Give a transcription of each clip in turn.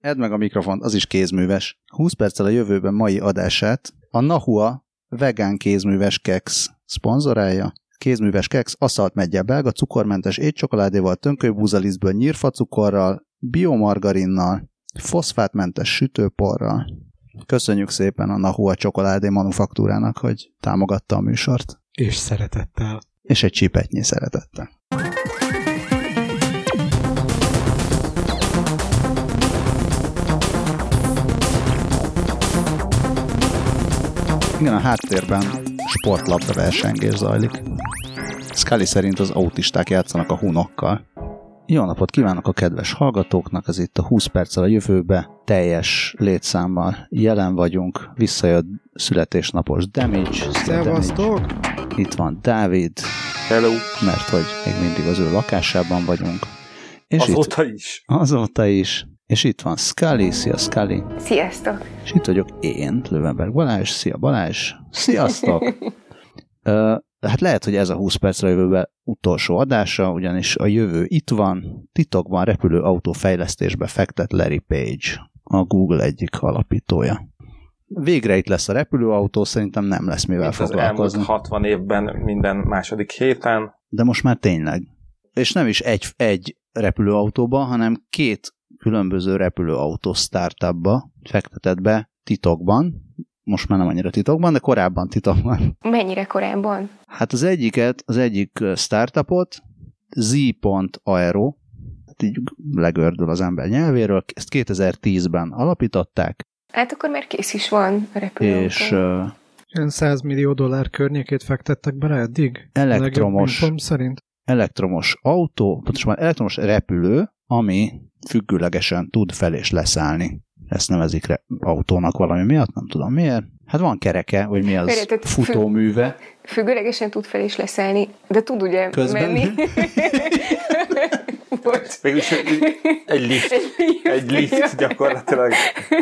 Edd meg a mikrofont, az is kézműves. 20 perccel a jövőben mai adását a Nahua vegán kézműves keks szponzorálja. Kézműves keks, aszalt meggyel belga, cukormentes étcsokoládéval, tönkölybúzalisztből, nyírfacukorral, biomargarinnal, foszfátmentes sütőporral. Köszönjük szépen a Nahua csokoládé manufaktúrának, hogy támogatta a műsort. És szeretettel. És egy csipetnyi szeretettel. Igen, a háttérben sportlabda versengés zajlik. Scully szerint az autisták játszanak a hunokkal. Jó napot kívánok a kedves hallgatóknak, ez itt a 20 perccel a jövőbe, teljes létszámmal jelen vagyunk, visszajött születésnapos Damage. Szevasztok! Itt van Dávid. Hello! Mert hogy még mindig az ő lakásában vagyunk. És azóta is. Azóta is. És itt van Scully. Szia, Scully. Sziasztok. És itt vagyok én, Löwenberg Balázs. Szia, Balázs. Sziasztok. Hát lehet, hogy ez a 20 percre jövőben utolsó adása, ugyanis a jövő itt van, titokban repülőautó fejlesztésbe fektet Larry Page, a Google egyik alapítója. Végre itt lesz a repülőautó, szerintem nem lesz mivel foglalkozni. Az elmúlt 60 évben minden második héten. De most már tényleg. És nem is egy repülőautóba, hanem 2 különböző repülőautó startupba fektetett be titokban. Most már nem annyira titokban, de korábban titokban. Mennyire korábban? Hát az egyik startupot, Z.Aero, hát így legördül az ember nyelvéről, ezt 2010-ben alapították. Hát akkor már kész is van a repülőautó. És ilyen $100 millió fektettek bele eddig? Elektromos autó, pontosan elektromos repülő, ami függőlegesen tud fel és leszállni. Ezt nevezik autónak valami miatt, nem tudom miért. Hát van kereke, vagy mi az futóműve. Függőlegesen tud fel és leszállni, de tud ugye közben menni. Végülis egy lift gyakorlatilag.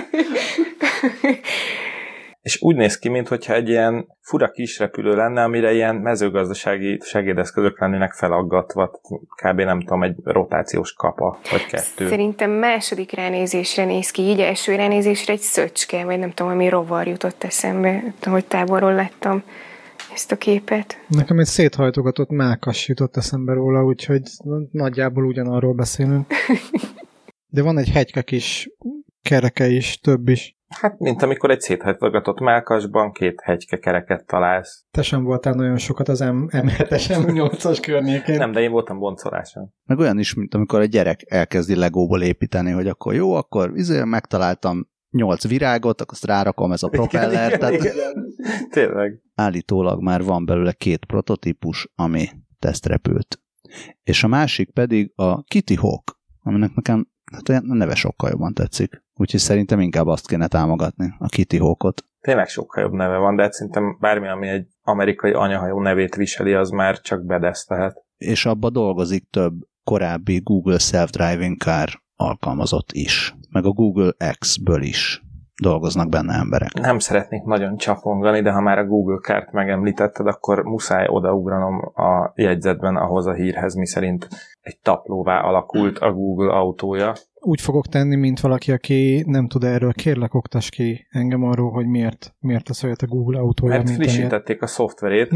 És úgy néz ki, mintha egy ilyen fura kis repülő lenne, amire ilyen mezőgazdasági segédeszközök lennének felaggatva, kb. Nem tudom, egy rotációs kapa, vagy 2. Szerintem második ránézésre néz ki, így első ránézésre egy szöcske, vagy nem tudom, ami rovar jutott eszembe, hogy távolról láttam ezt a képet. Nekem egy széthajtogatott mákas jutott eszembe róla, úgyhogy nagyjából ugyanarról beszélünk. De van egy hegyke kis kereke is, több is. Hát, mint amikor egy széthajtogatott mákasban 2 hegyke kereket találsz. Te sem voltál nagyon sokat az M7-es, M8-as környékén. Nem, de én voltam boncoláson. Meg olyan is, mint amikor a gyerek elkezdi legóból építeni, hogy akkor jó, akkor megtaláltam 8 virágot, akkor azt rárakom ez a propeller. Igen. Tényleg. Állítólag már van belőle 2 prototípus, ami tesztrepült. És a másik pedig a Kitty Hawk, aminek nekem hát a neve sokkal jobban tetszik. Úgyhogy szerintem inkább azt kéne támogatni, a Kitty Hawkot. Tényleg sokkal jobb neve van, de hát szerintem bármi, ami egy amerikai anyahajó nevét viseli, az már csak badass lehet. És abba dolgozik több korábbi Google Self-Driving Car alkalmazott is. Meg a Google X-ből is dolgoznak benne emberek. Nem szeretnék nagyon csapongani, de ha már a Google Car-t megemlítetted, akkor muszáj odaugranom a jegyzetben ahhoz a hírhez, miszerint egy taplóvá alakult a Google autója. Úgy fogok tenni, mint valaki, aki nem tud erről. Kérlek, oktass ki engem arról, hogy miért lesz olyat a Google autója. Mert frissítették a szoftverét,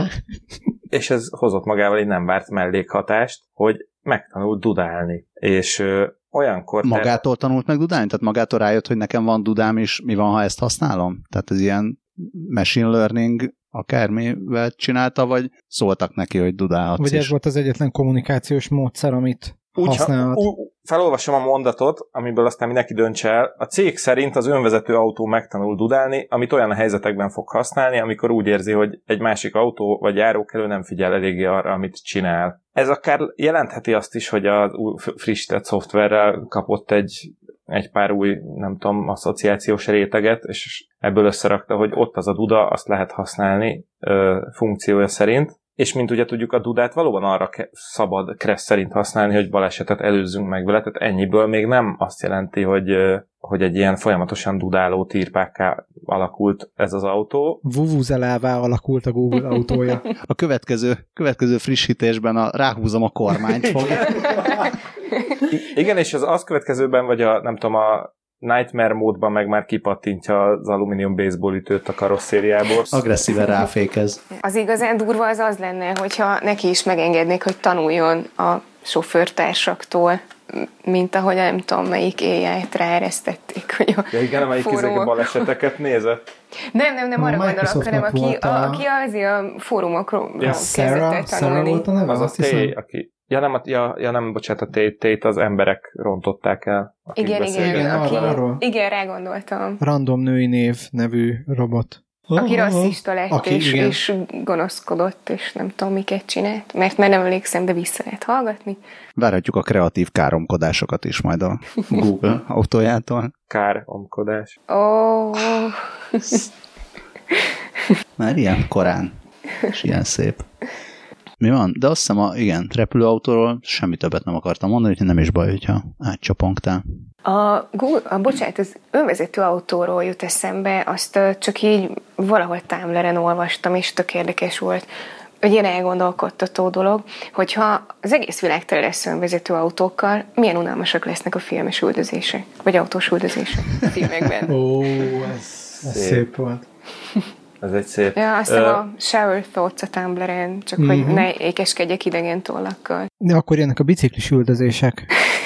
és ez hozott magával egy nem várt mellékhatást, hogy megtanult dudálni. És olyankor... Magától tanult meg dudálni? Tehát magától rájött, hogy nekem van dudám, és mi van, ha ezt használom? Tehát ez ilyen machine learning akármivel csinálta, vagy szóltak neki, hogy dudálhatsz is? Vagy ez volt az egyetlen kommunikációs módszer, amit használhat? Felolvasom a mondatot, amiből aztán mindenki döntse el. A cég szerint az önvezető autó megtanul dudálni, amit olyan helyzetekben fog használni, amikor úgy érzi, hogy egy másik autó vagy járókelő nem figyel eléggé arra, amit csinál. Ez akár jelentheti azt is, hogy a frissített szoftverrel kapott egy pár új, nem tudom, asszociációs réteget, és ebből összerakta, hogy ott az a duda, azt lehet használni funkciója szerint. És mint ugye tudjuk, a dudát valóban arra szabad kressz szerint használni, hogy balesetet előzzünk meg vele, tehát ennyiből még nem azt jelenti, hogy egy ilyen folyamatosan dudáló tirpákká alakult ez az autó. Vuvuzelává alakult a Google autója. A következő frissítésben ráhúzom a kormányt fog. Igen, és az azt következőben, vagy nem tudom, a Nightmare módban meg már kipattintja az alumínium baseball ütőt a karosszériából. Agresszíven ráfékez. Az igazán durva az lenne, hogyha neki is megengednék, hogy tanuljon a sofőrtársaktól, mint ahogy nem tudom, melyik AI-t ráeresztették, hogy a ja, igen, amelyik ezek a baleseteket nézett. Nem arra gondolok, hanem aki azért a fórumokról kezdett el tanulni. Volt a neve? Az a T, aki... nem, bocsánat, a T-t az emberek rontották el. Igen, rá gondoltam. Random női név nevű robot. Aki rasszista lett, és gonoszkodott, és nem tudom, miket csinált. Mert már nem emlékszem, de vissza lehet hallgatni. Várhatjuk a kreatív káromkodásokat is majd a Google autójától. Káromkodás. Már ilyen korán, és ilyen szép. Mi van? De azt hiszem, igen, repülőautóról semmi többet nem akartam mondani, úgyhogy nem is baj, hogyha átcsapongtál. Bocsánat, az önvezető autóról jut eszembe, azt csak így valahol Tumblr-en olvastam, és tök érdekes volt, hogy ilyen elgondolkodtató dolog, hogyha az egész világ tele lesz önvezető autókkal, milyen unalmasak lesznek a filmes üldözések, vagy autós üldözések a filmekben. Ez szép volt. Ez egy szép. Ja, azt hiszem a Shower Thoughts a Tumblr-en, csak hogy ne ékeskedjek idegen tollakkal. De akkor jönnek a biciklis üldözések.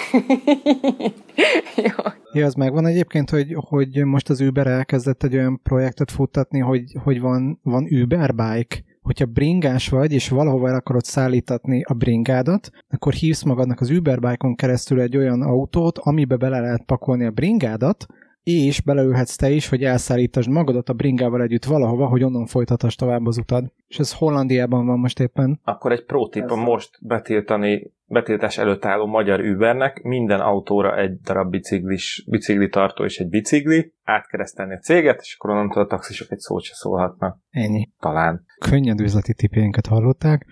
Ja, az megvan egyébként, hogy most az Uber elkezdett egy olyan projektet futtatni, hogy van Uber Bike. Hogyha bringás vagy, és valahova el akarod szállítatni a bringádat, akkor hívsz magadnak az Uber Bike-on keresztül egy olyan autót, amibe bele lehet pakolni a bringádat, és beleülhetsz te is, hogy elszállítasd magadat a bringával együtt valahova, hogy onnan folytatasd tovább az utad. És ez Hollandiában van most éppen. Akkor egy pro-tip a most betiltás előtt álló magyar Ubernek minden autóra egy darab biciklitartó és egy bicikli, átkeresztelni a céget, és akkor onnantól a taxisok egy szót se szólhatnak. Ennyi. Talán. Könnyed üzleti tippjeinket hallották.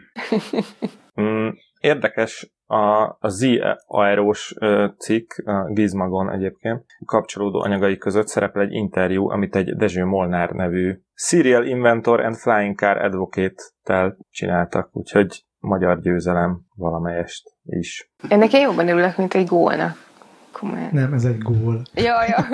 Érdekes a Z-aerós cikk, a Gizmagon egyébként, kapcsolódó anyagai között szerepel egy interjú, amit egy Dezső Molnár nevű Serial Inventor and Flying Car Advocate-tel csináltak, úgyhogy magyar győzelem valamelyest is. Ennek én jobban örülök, mint egy gólnak. Komolyan. Nem, ez egy gól. Ja.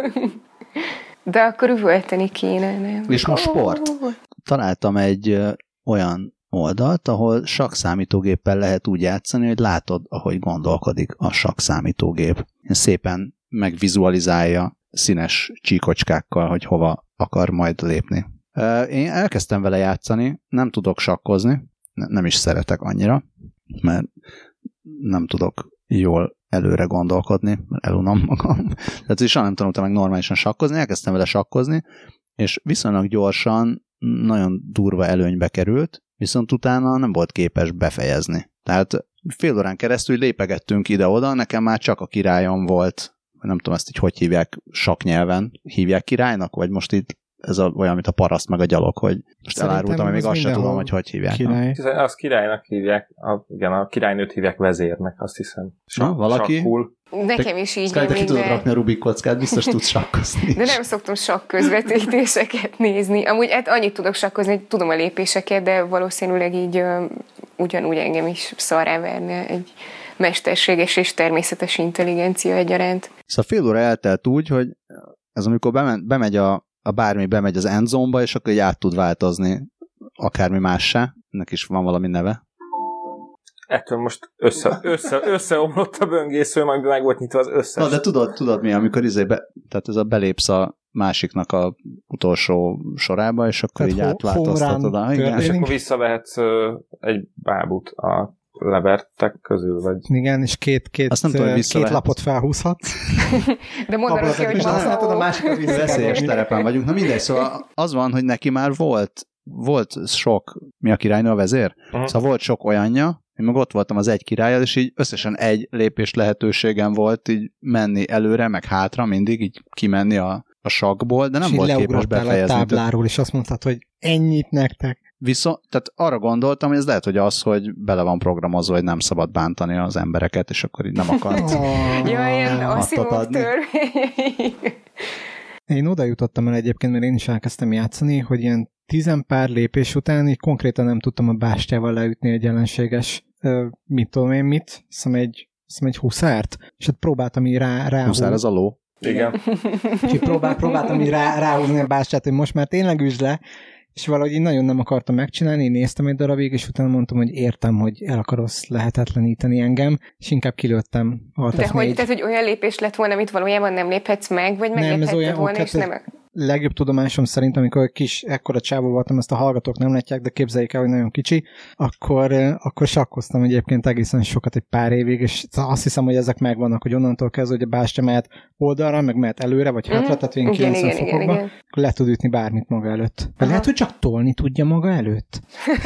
De akkor üvölteni kéne, nem? És most sport. Találtam egy olyan oldalt, ahol sakkszámítógéppel lehet úgy játszani, hogy látod, ahogy gondolkodik a sakkszámítógép. Szépen megvizualizálja színes csíkocskákkal, hogy hova akar majd lépni. Én elkezdtem vele játszani, nem tudok sakkozni, nem is szeretek annyira, mert nem tudok jól előre gondolkodni, mert elunom magam. Tehát is nem tanultam meg normálisan sakkozni, elkezdtem vele sakkozni, és viszonylag gyorsan nagyon durva előnybe került, viszont utána nem volt képes befejezni. Tehát fél órán keresztül lépegettünk ide-oda, nekem már csak a királyom volt, nem tudom ezt így hogy hívják, sakknyelven hívják királynak, vagy most itt ez olyan, mint a paraszt meg a gyalog, hogy most elárultam, hogy még azt sem tudom, hogy hívják. Király. Azt királynak hívják, a királynőt hívják vezérnek, azt hiszem. Valaki? Sakkul. Nekem is így van. Te ki tudod rakni a Rubik kockát, biztos tudsz sakkozni. De nem szoktam sakk közvetítéseket nézni. Amúgy annyit tudok sakkozni, hogy tudom a lépéseket, de valószínűleg így ugyanúgy engem is szarrá verne egy mesterséges és természetes intelligencia egyaránt. Szóval fél óra eltelt úgy, hogy ez amikor bemegy bármi bemegy az endzone-ba, és akkor így át tud változni akármi mássá. Ennek is van valami neve. Ettől most összeomlott a böngésző, meg volt nyitva az összes. Na, de tudod mi, amikor tehát ez belépsz a másiknak a utolsó sorába, és akkor tehát így átváltoztatod. Igen. És akkor visszavehetsz egy bábút a levertek közül, vagy... Igen, és két lapot felhúzhatsz. De mondod neki, hogy a másikat veszélyes terepen vagyunk. Na mindegy, szóval az van, hogy neki már volt sok, mi a királynő a vezér? Szóval volt sok olyanja, én meg ott voltam az egy királlyal, és így összesen egy lépés lehetőségem volt így menni előre, meg hátra, mindig így kimenni a sakkból, de nem volt képes befejezni. A tábláról, és azt mondtad, hogy ennyit nektek. Viszont, tehát arra gondoltam, hogy ez lehet, hogy az, hogy bele van programozva, hogy nem szabad bántani az embereket, és akkor így nem akart. Ilyen Asimov törvény. Én oda jutottam el egyébként, mert én is elkezdtem játszani, hogy ilyen 10 pár lépés után így konkrétan nem tudtam a bástyával leütni egy ellenséges, mit tudom én mit, szóval egy egy huszárt, és hát próbáltam így rá Huszár az a ló. Igen. és próbáltam így ráhúzni a bástyát, hogy most már tényleg üsd le, és valahogy így nagyon nem akartam megcsinálni, én néztem egy darabig, és utána mondtam, hogy értem, hogy el akarsz lehetetleníteni engem, és inkább kilőttem. De hogy, tehát, hogy olyan lépés lett volna, amit valójában nem léphetsz meg, vagy megléphetted volna, és nem... Legjobb tudomásom szerint, amikor ekkora csávó voltam, ezt a hallgatók nem látják, de képzeljék el, hogy nagyon kicsi, akkor sakkoztam egyébként egészen sokat, egy pár évig, és azt hiszem, hogy ezek megvannak, hogy onnantól kezdve, hogy a bástya mehet oldalra, meg mehet előre, vagy hátra, tehát ilyen 90 fokokba, akkor le tud ütni bármit maga előtt. Vagy lehet, hogy csak tolni tudja maga előtt.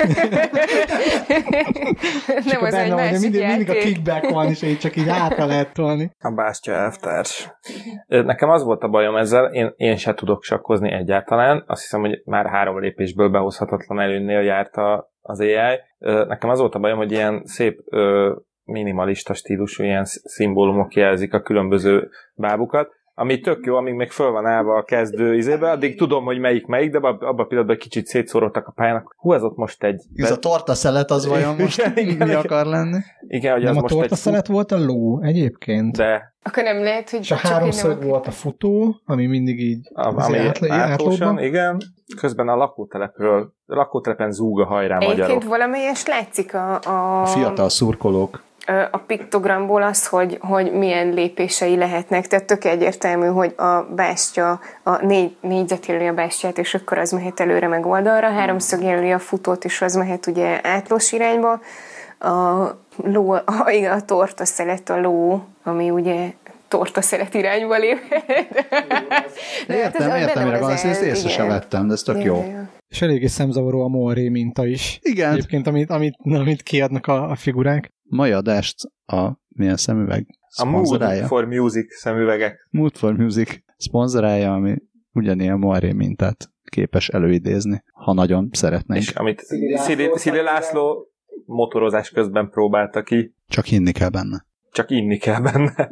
Nem az egy másik mindig a kickback van, és így csak így hátra lehet tolni. A bástya elvtárs. Nekem az volt a bajom ezzel, én se tudok sakkozni egyáltalán. Azt hiszem, hogy már 3 lépésből behozhatatlan előnnél járt az AI. Nekem az volt a bajom, hogy ilyen szép minimalista stílusú ilyen szimbólumok jelzik a különböző bábukat, ami tök jó, amíg még föl van állva a kezdő izébe, addig tudom, hogy melyik, de abban a pillanatban kicsit szétszórodtak a pályának. Hú, ez ott most egy... Ez a tortaszelet az vajon most mi akar lenni? Igen, hogy nem az a most tortaszelet volt a ló egyébként? De... Akkor nem lehet, hogy... És a 3-szög volt a futó, ami mindig így... Ami átlósan, igen. Közben a lakótelepen zúg a hajrá magyarok. Egyébként valamelyest látszik a fiatal szurkolók. A piktogramból az, hogy milyen lépései lehetnek. Tehát tök egyértelmű, hogy a bástya, a 4 négyzet jelöli a bástyát, és akkor az mehet előre meg oldalra, 3-szög jelöli a futót, és az mehet ugye átlós irányba. A ló, a tortaszelet a ló, ami ugye tortaszelet irányba léphet. Értem, mire gondolsz, ezt észre sem vettem, de ez tök jó. És eléggé szemzavaró a Moiré minta is. Igen. Egyébként, amit kiadnak a figurák. Mai adást milyen szemüveg? A Mood for Music szemüvegek. Mood for Music szponzorálja, ami ugyanilyen Moiré mintát képes előidézni, ha nagyon szeretnénk. És amit Szili László motorozás közben próbálta ki. Csak hinni kell benne. Csak inni kell benne.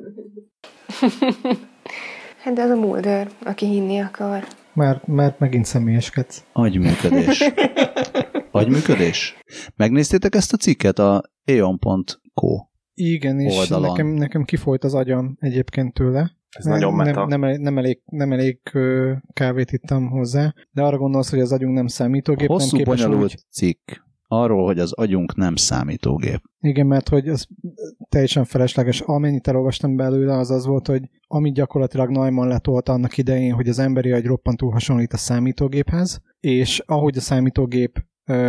Hát de az a Mulder, aki hinni akar. Már megint személyeskedsz. Agyműködés. Megnéztétek ezt a cikket a aeon.co Igen, és nekem kifolyt az agyam egyébként tőle. Ez nagyon meta. Nem elég kávét ittam hozzá, de arra gondolsz, hogy az agyunk nem számítógép. Hosszú, nem képes bonyolult úgy... cikk arról, hogy az agyunk nem számítógép. Igen, mert hogy az teljesen felesleges. Amennyit elolvastam belőle, az volt, hogy amit gyakorlatilag Neumann letolta annak idején, hogy az emberi agy roppantúl hasonlít a számítógéphez, és ahogy a számítógép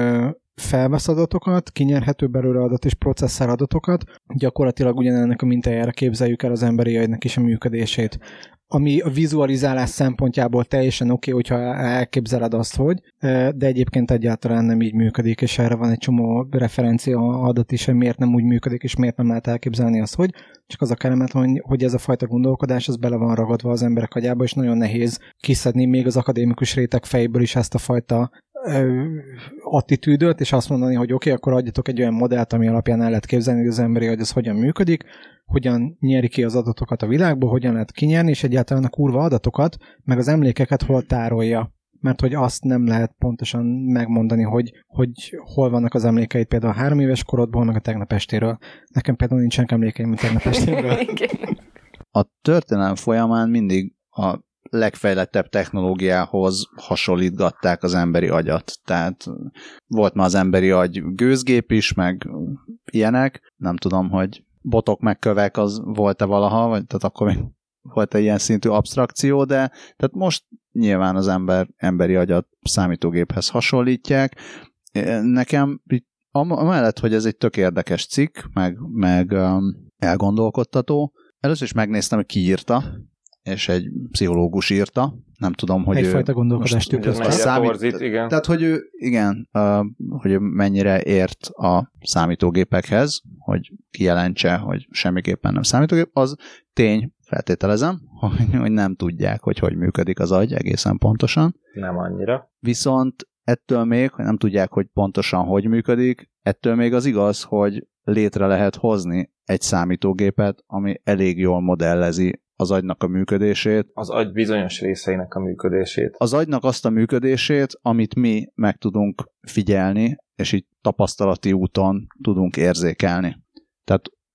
felvesz adatokat, kinyerhető belőle adat és processzál adatokat, gyakorlatilag ugyanennek a mintájára képzeljük el az emberi agynak is a működését. Ami a vizualizálás szempontjából teljesen oké, hogyha elképzeled azt, hogy, de egyébként egyáltalán nem így működik, és erre van egy csomó referencia adat is, hogy miért nem úgy működik, és miért nem lehet elképzelni azt, hogy csak az a kellemet, hogy ez a fajta gondolkodás, az bele van ragadva az emberek agyába, és nagyon nehéz kiszedni még az akadémikus réteg fejből is ezt a fajta attitűdöt, és azt mondani, hogy oké, akkor adjatok egy olyan modellt, ami alapján el lehet képzelni, hogy az emberi agy az hogyan működik, hogyan nyeri ki az adatokat a világból, hogyan lehet kinyerni, és egyáltalán a kurva adatokat, meg az emlékeket hol tárolja. Mert hogy azt nem lehet pontosan megmondani, hogy hol vannak az emlékeid például a 3 éves korodból, meg a tegnap estéről. Nekem például nincsenek emlékeim a tegnap estéről. A történelem folyamán mindig a legfejlettebb technológiához hasonlítgatták az emberi agyat. Tehát volt már az emberi agy gőzgép is, meg ilyenek. Nem tudom, hogy botok meg kövek az volt-e valaha, vagy tehát akkor még volt-e ilyen szintű absztrakció, de tehát most nyilván az emberi agyat számítógéphez hasonlítják. Nekem amellett, hogy ez egy tök érdekes cikk, meg elgondolkodtató, először is megnéztem, hogy ki írta, és egy pszichológus írta. Nem tudom, hogy egyfajta gondolkodást igen. Tehát, hogy ő, igen, hogy ő mennyire ért a számítógépekhez, hogy kijelentse, hogy semmiképpen nem számítógép, az tény, feltételezem, hogy nem tudják, hogy működik az agy egészen pontosan. Nem annyira. Viszont ettől még, hogy nem tudják, hogy pontosan hogy működik, ettől még az igaz, hogy létre lehet hozni egy számítógépet, ami elég jól modellezi az agynak a működését. Az agy bizonyos részeinek a működését. Az agynak azt a működését, amit mi meg tudunk figyelni, és így tapasztalati úton tudunk érzékelni. Tehát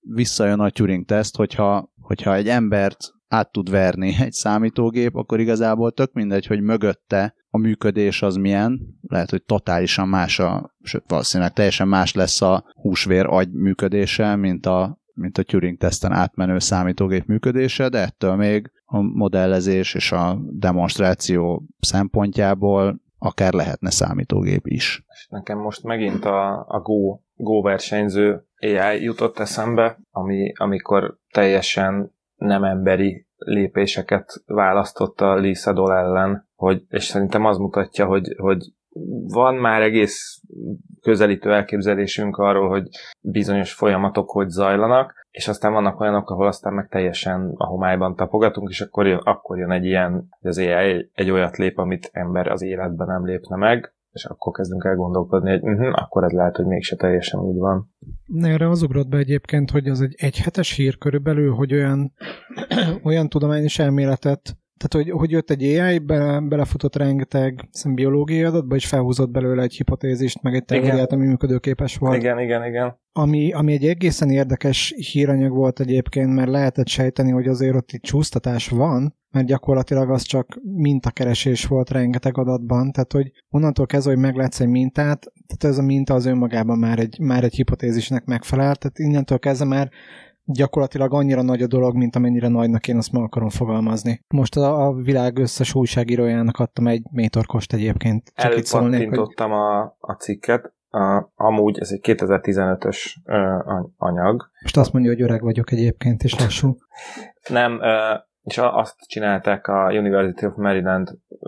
visszajön a Turing-teszt, hogyha egy embert át tud verni egy számítógép, akkor igazából tök mindegy, hogy mögötte a működés az milyen, lehet, hogy totálisan más sőt, valószínűleg teljesen más lesz a húsvér agy működése, mint a Turing-teszten átmenő számítógép működése, de ettől még a modellezés és a demonstráció szempontjából akár lehetne számítógép is. És nekem most megint a Go versenyző AI jutott eszembe, amikor teljesen nem emberi lépéseket választotta Lee Sedol ellen, és szerintem az mutatja, hogy van már egész közelítő elképzelésünk arról, hogy bizonyos folyamatok hogy zajlanak, és aztán vannak olyanok, ahol aztán meg teljesen a homályban tapogatunk, és akkor jön egy ilyen, hogy az AI egy olyat lép, amit ember az életben nem lépne meg, és akkor kezdünk el gondolkodni, hogy akkor ez lehet, hogy mégse teljesen úgy van. Erre az ugrott be egyébként, hogy az egy hetes hír körülbelül, hogy olyan tudományos elméletet, tehát hogy jött egy AI, belefutott rengeteg biológiai adatba, és felhúzott belőle egy hipotézist, meg egy teóriát, ami működőképes volt. Igen. Ami egy egészen érdekes híranyag volt egyébként, mert lehetett sejteni, hogy azért ott itt csúsztatás van, mert gyakorlatilag az csak mintakeresés volt rengeteg adatban, tehát hogy onnantól kezdve, hogy meglátsz egy mintát, tehát ez a minta az önmagában már egy hipotézisnek megfelel, tehát innentől kezdve már gyakorlatilag annyira nagy a dolog, mint amennyire nagynak én azt meg akarom fogalmazni. Most a világ összes újságírójának adtam egy métorkost egyébként. Előpattintottam a cikket, amúgy ez egy 2015-ös anyag. Most azt mondja, hogy öreg vagyok egyébként, és lassú. Nem, és azt csinálták a University of Maryland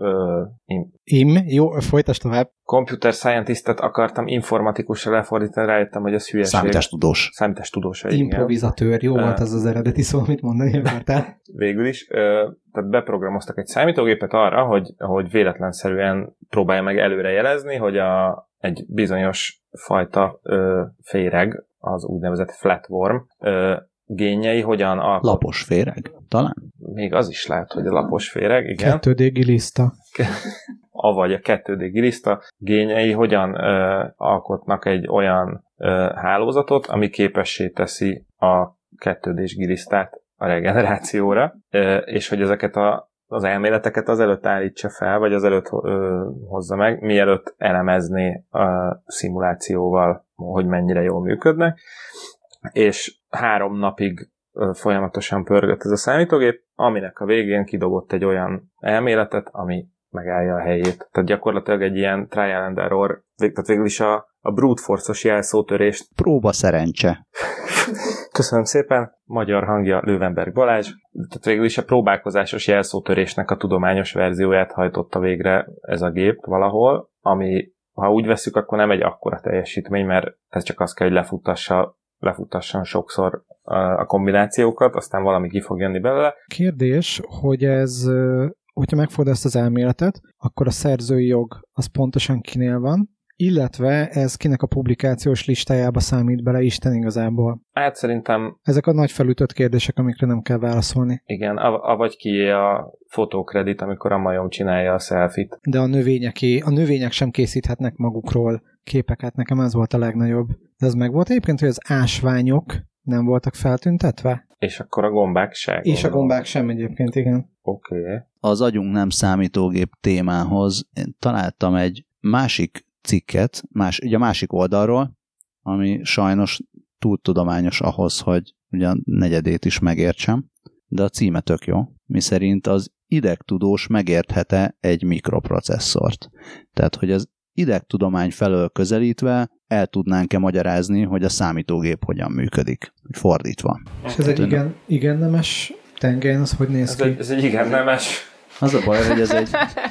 Jó, folytasd tovább. Computer scientist-et akartam informatikusra lefordítani, rájöttem, hogy ez hülyeség. Számítástudós. Improvizatőr, jó volt az az eredeti szó, amit mondani akartál. Végül is, tehát beprogramoztak egy számítógépet arra, hogy véletlenszerűen próbálja meg előre jelezni, hogy egy bizonyos fajta féreg, az úgynevezett flatworm, génjei hogyan Lapos féreg, talán? Még az is lehet, hogy a lapos féreg, igen. 2D giliszta. Avagy a 2D giliszta génjei hogyan alkotnak egy olyan hálózatot, ami képessé teszi a 2D-s gilisztát a regenerációra, és hogy ezeket az elméleteket azelőtt állítsa fel, vagy azelőtt hozza meg, mielőtt elemezné a szimulációval, hogy mennyire jól működnek. És 3 napig folyamatosan pörgött ez a számítógép, aminek a végén kidobott egy olyan elméletet, ami megállja a helyét. Tehát gyakorlatilag egy ilyen trial and error, tehát végül is a brute force-os jelszótörést. Próba szerencse. Köszönöm szépen, magyar hangja Löwenberg Balázs. Tehát végül is a próbálkozásos jelszótörésnek a tudományos verzióját hajtotta végre ez a gép valahol, ami, ha úgy veszük, akkor nem egy akkora teljesítmény, mert ez csak az kell, hogy lefutasson sokszor a kombinációkat, aztán valami ki fog jönni belőle. Kérdés, hogy hogyha megfogod ezt az elméletet, akkor a szerzői jog az pontosan kinél van, illetve ez kinek a publikációs listájába számít bele Isten igazából. Hát szerintem... Ezek a nagy felütött kérdések, amikre nem kell válaszolni. Igen, avagy kié a fotókredit, amikor a majom csinálja a selfie-t. De a növények sem készíthetnek magukról képeket, nekem ez volt a legnagyobb. De ez meg volt egyébként, hogy az ásványok nem voltak feltüntetve? És akkor a gombák sem. És a gombák sem egyébként, igen. Oké. Az agyunk nem számítógép témához én találtam egy másik cikket, ugye a másik oldalról, ami sajnos túl tudományos ahhoz, hogy ugye a negyedét is megértsem, de a címe tök jó, miszerint az idegtudós megérthet-e egy mikroprocesszort. Tehát, hogy az idegtudomány felől közelítve el tudnánk-e magyarázni, hogy a számítógép hogyan működik, fordítva. És ez egy igen nemes tengelyen, az hogy néz ki? Ez egy igen nemes. Az a baj, hogy ez egy...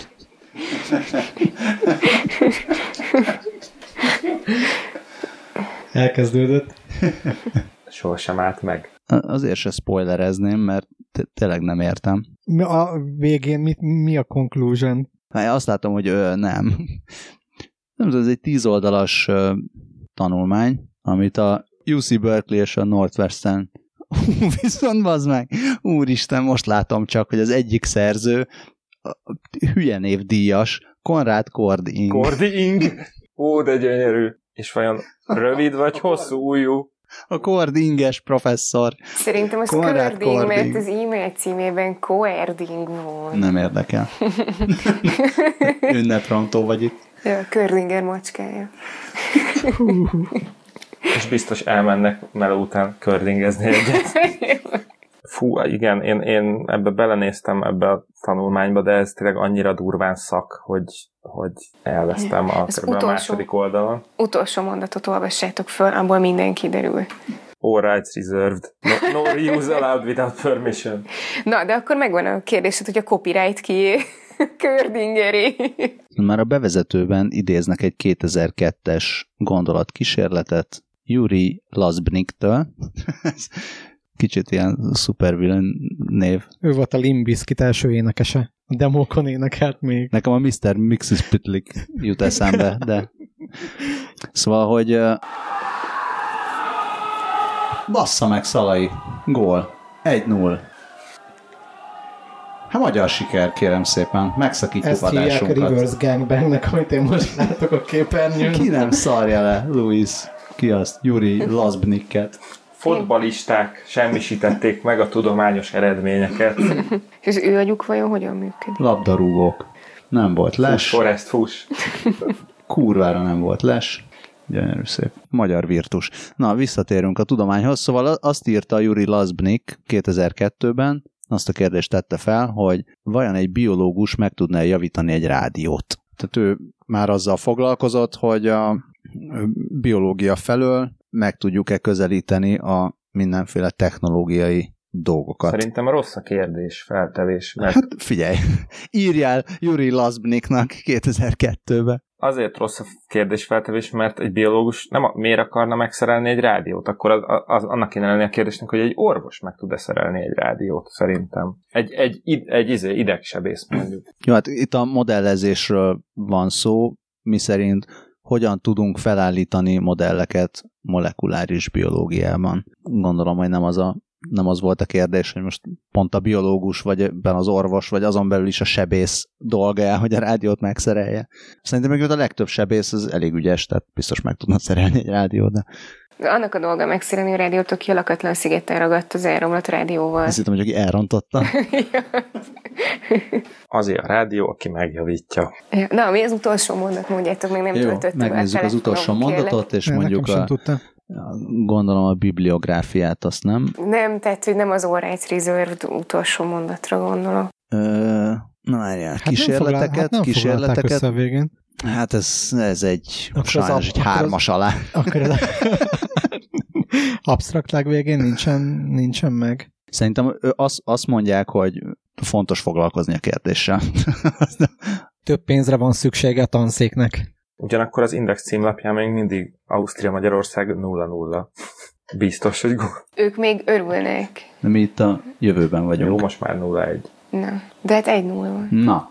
Elkezdődött. Sohasem állt meg. Azért se spoilerezném, mert tényleg nem értem. A végén mi a conclusion? Azt látom, hogy nem. Nem tudom, ez egy 10 oldalas tanulmány, amit a UC Berkeley és a Northwestern viszont bazd meg, úristen, most látom csak, hogy az egyik szerző hülye névdíjas, Konrad Kordi Ing. Kordi Ing? Ó, de gyönyörű. És vajon rövid vagy hosszú ujjú? A Kordinges professzor. Szerintem az Körding, mert az e-mail címében Koerding volt. Nem érdekel. Ünneprantó vagy itt. Ja, Kördinger macskája. És biztos elmennek meló után kördingezni egyet. Fú, igen, én ebbe belenéztem ebbe a tanulmányba, de ez tényleg annyira durván szak, hogy elvesztem a második oldalon. Utolsó mondatot olvassátok föl, abból minden kiderül. All rights reserved. No reuse allowed without permission. Na, de akkor megvan a kérdésed, hogy a copyright kié? Kördingeré. Már a bevezetőben idéznek egy 2002-es gondolatkísérletet Yuri Lazbniktől. Kicsit ilyen supervillain név. Ő volt a Limp Bizkit első énekese. A demókon énekelt még. Nekem a Mr. Mixes-Pitlick jut eszembe, de... Szóval, hogy... Bassza meg, Szalai. Gól. 1-0. Hát magyar siker, kérem szépen. Megszakítjuk adásunkat. Ezt hívják a Reverse Gangbangnek, amit én most látok a képernyőn. Ki nem szarja le, Louis? Ki azt? Yuri Lazbnikket. Fotbalisták semmisítették meg a tudományos eredményeket. És az ő agyuk vajon hogyan működik? Labdarúgók. Nem volt les. Fuss, Forrest, fuss. Kurvára nem volt les. Gyönyörű szép. Magyar virtus. Na, visszatérünk a tudományhoz. Szóval azt írta Yuri Lazbnik 2002-ben, azt a kérdést tette fel, hogy vajon egy biológus meg tudná javítani egy rádiót. Tehát ő már azzal foglalkozott, hogy a biológia felől meg tudjuk-e közelíteni a mindenféle technológiai dolgokat. Szerintem rossz a kérdés, feltevés. Mert hát figyelj, írjál Yuri Lazbniknak 2002-ben. Azért rossz a kérdés feltevés, mert egy biológus miért akarna megszerelni egy rádiót? Akkor annak kéne lenni a kérdésnek, hogy egy orvos meg tud-e szerelni egy rádiót, szerintem. Egy idegsebész mondjuk. Jó, hát itt a modellezésről van szó, miszerint hogyan tudunk felállítani modelleket molekuláris biológiában. Gondolom, hogy nem az volt a kérdés, hogy most pont a biológus, vagy ebben az orvos, vagy azon belül is a sebész dolga, hogy a rádiót megszerelje. Szerintem még a legtöbb sebész az elég ügyes, tehát biztos meg tudna szerelni egy rádiót, de... Annak a dolga megszerelni a rádiót, aki a lakatlan szigeten ragadt az elromlott rádióval. Azt hittem, hogy aki elrontotta. Azért a rádió, aki megjavítja. Na, mi az utolsó mondat, mondjátok, még nem töltöttük. Megnézzük az utolsó mondatot, és mondjuk gondolom a bibliográfiát, azt nem? Nem, tehát, hogy nem az All Rights Reserved utolsó mondatra gondolok. Na várjál, kísérleteket. Össze a végén. Hát ez egy sajnos egy 3-as alá. Akkor az absztraktság végén nincsen meg. Szerintem azt mondják, hogy fontos foglalkozni a kérdéssel. Több pénzre van szüksége a tanszéknek. Ugyanakkor az Index címlapján még mindig Ausztria-Magyarország 0-0. Biztos, hogy ők még örülnek. De mi itt a jövőben vagyunk. Jó, most már 0-1. Na, de hát 1-0 van. Na.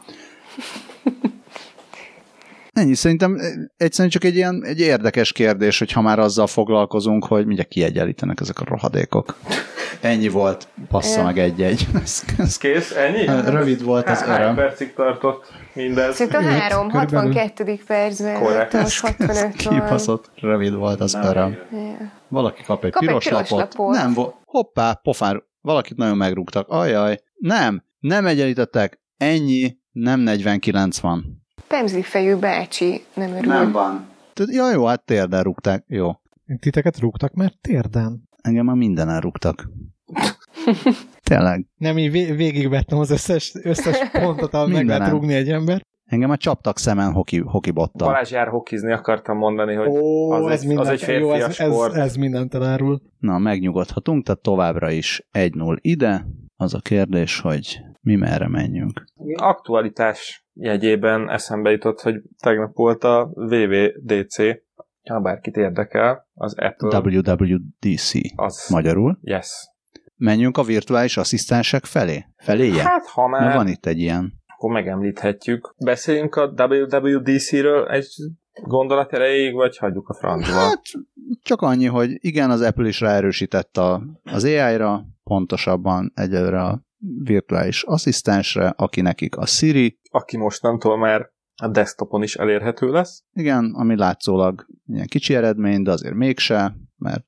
Ennyi, szerintem egyszerűen csak egy érdekes kérdés, hogy ha már azzal foglalkozunk, hogy mindjárt kiegyenlítenek ezek a rohadékok. Ennyi volt, passza meg egy-egy. Ez kész, ennyi? Rövid volt az öröm. Hány percig tartott mindez? Szerintem 62. percben. Korrekt. Most 65 van. Kibaszott, rövid volt az öröm. Valaki kap egy piros lapot. Nem volt. Hoppá, pofán, valakit nagyon megrúgtak. Ajaj, nem egyenlítettek. Ennyi, nem 49 van. Pemzlifejű bácsi nem örül. Nem van. Ja, jó, hát térden rúgták. Jó. Titeket rúgtak már térden? Engem már mindenen rúgtak. Tényleg. Nem, így végigvettem az összes pontot, ahol meg lehet rúgni egy ember. Engem már csaptak szemen hokibottal. Balázs jár hokizni, akartam mondani, hogy az egy férfias sport. Ez mindent elárul. Na, megnyugodhatunk, tehát továbbra is 1-0 ide. Az a kérdés, hogy mi merre menjünk. Aktualitás jegyében eszembe jutott, hogy tegnap volt a WWDC, ha bárkit érdekel, az Apple. WWDC. Az. Magyarul. Yes. Menjünk a virtuális asszisztensek felé? Feléje? Hát, ha már... Mert van itt egy ilyen. Akkor megemlíthetjük. Beszéljünk a WWDC-ről egy gondolat erejéig, vagy hagyjuk a francba? Hát, csak annyi, hogy igen, az Apple is ráerősített az AI-ra, pontosabban egyelőre a virtuális asszisztensre, aki nekik a Siri. Aki mostantól már a desktopon is elérhető lesz. Igen, ami látszólag ilyen kicsi eredmény, de azért mégse, mert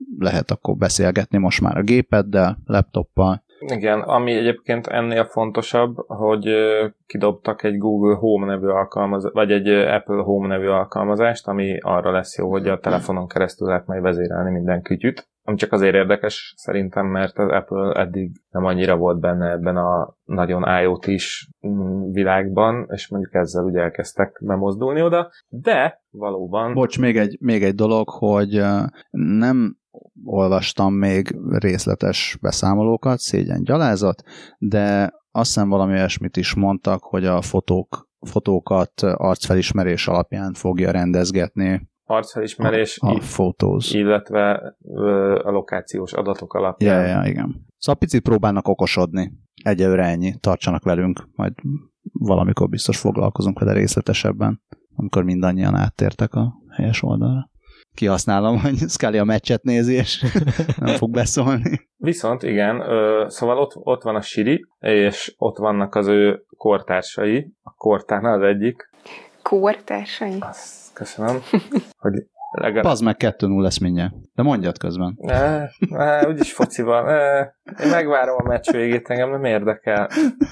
lehet akkor beszélgetni most már a gépeddel, laptoppal. Igen, ami egyébként ennél fontosabb, hogy kidobtak egy Google Home nevű alkalmazást, vagy egy Apple Home nevű alkalmazást, ami arra lesz jó, hogy a telefonon keresztül lehet majd vezérelni minden kütyüt. Ami csak azért érdekes szerintem, mert az Apple eddig nem annyira volt benne ebben a nagyon IoT-s világban, és mondjuk ezzel ugye elkezdtek bemozdulni oda, de valóban... Bocs, még egy dolog, hogy nem olvastam még részletes beszámolókat, szégyen gyalázat, de azt hiszem valami olyasmit is mondtak, hogy a fotókat arcfelismerés alapján fogja rendezgetni. Arcfelismerés, illetve a lokációs adatok alapján. Ja, igen. Szóval picit próbálnak okosodni. Egyelőre ennyi. Tartsanak velünk, majd valamikor biztos foglalkozunk vele részletesebben, amikor mindannyian áttértek a helyes oldalra. Kihasználom, hogy Scully a meccset nézi, és nem fog beszólni. Viszont igen, szóval ott van a Siri, és ott vannak az ő kortársai. A Cortana az egyik. Kortársai? Köszönöm. Hogy Pazd meg 2-0 lesz mindjárt. De mondjad közben. Úgyis fociban. Én megvárom a meccs végét, engem nem érdekel.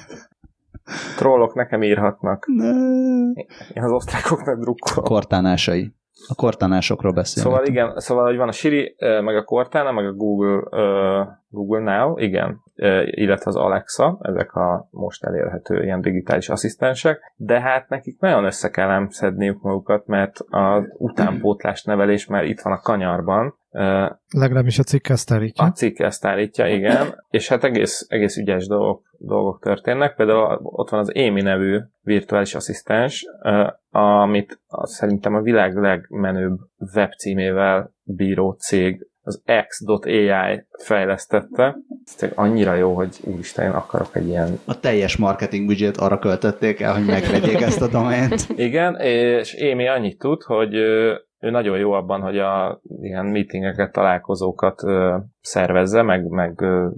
Trollok nekem írhatnak. Én az osztrákoknak drukkolom. Kortánásai. A kortánásokról beszélünk. Szóval igen, hogy van a Siri, meg a Cortana, meg a Google Now, igen, illetve az Alexa, ezek a most elérhető ilyen digitális asszisztensek, de hát nekik nagyon össze kell ám szedniük magukat, mert az utánpótlás nevelés már itt van a kanyarban. Legalábbis a cikk ezt állítja. A cikk ezt állítja, igen, és hát egész ügyes dolgok történnek. Például ott van az Amy nevű virtuális asszisztens, amit szerintem a világ legmenőbb webcímével bíró cég, az X.ai fejlesztette. Ez annyira jó, hogy úristen, én akarok egy ilyen... A teljes marketing budget arra költötték el, hogy megvegyék ezt a domaint. Igen, és Amy annyit tud, hogy ő nagyon jó abban, hogy ilyen meetingeket, találkozókat szervezze, meg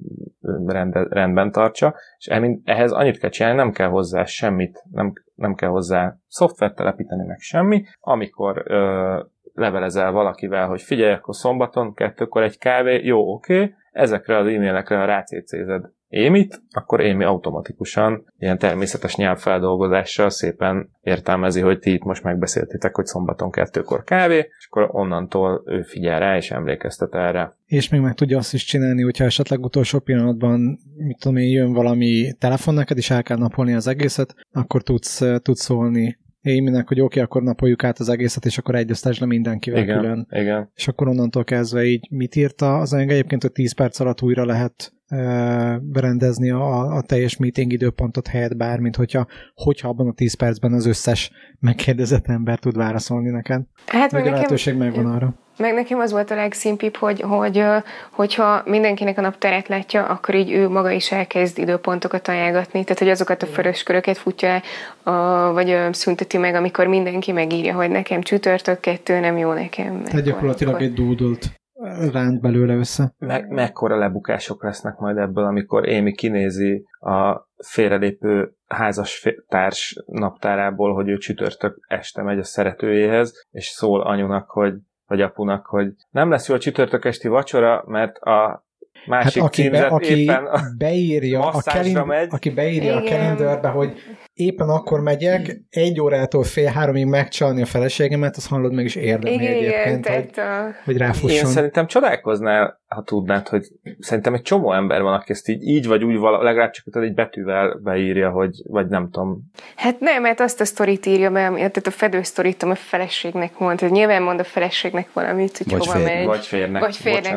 rendben tartsa, és ehhez annyit kell csinálni, nem kell hozzá semmit, nem kell hozzá szoftvert telepíteni, meg semmi. Amikor levelezel valakivel, hogy figyelj, akkor szombaton 2-kor egy kávé, jó, oké. Ezekre az e-mailekre, ha rácécézed Amy-t, akkor Amy automatikusan ilyen természetes nyelvfeldolgozással szépen értelmezi, hogy ti itt most megbeszéltétek, hogy szombaton 2-kor kávé, és akkor onnantól ő figyel rá, és emlékeztet erre. És még meg tudja azt is csinálni, hogyha esetleg utolsó pillanatban, mit tudom én, jön valami telefon neked, és el kell napolni az egészet, akkor tudsz szólni Amy-nek, hogy oké, akkor napoljuk át az egészet, és akkor egyeztesd le mindenkivel külön. Igen. És akkor onnantól kezdve így mit írta az anyag egyébként, hogy 10 perc alatt újra lehet berendezni a teljes meeting időpontot helyett bármint, hogyha abban a 10 percben az összes megkérdezett ember tud válaszolni neked. Hát meg a lehetőség megvan arra. Meg nekem az volt a legszimpibb, hogyha mindenkinek a naptárát látja, akkor így ő maga is elkezd időpontokat ajánlgatni, tehát hogy azokat a vörös köröket futja vagy szünteti meg, amikor mindenki megírja, hogy nekem csütörtök 2 nem jó nekem. Tehát gyakorlatilag egy doodle-t ránt belőle össze. Mekkora lebukások lesznek majd ebből, amikor Amy kinézi a félrelépő házastárs naptárából, hogy ő csütörtök este megy a szeretőjéhez, és szól anyunak, vagy apunak, hogy nem lesz jó a csütörtök esti vacsora, mert a másik címzet éppen beírja aki beírja a calendarbe, hogy éppen akkor megyek, 1 órától 2:30-ig megcsalni a feleségemet, azt hallod meg is érdemli egyébként, hogy ráfusson. Én szerintem csodálkoznál, ha tudnád, hogy szerintem egy csomó ember van, aki ezt így vagy úgy legalább csak egy betűvel beírja, vagy nem tudom. Hát nem, mert azt a sztorit írja be, tehát a fedősztorit a feleségnek mond, hogy nyilván mond a feleségnek valamit, hogy vagy hova megy. Vagy férnek.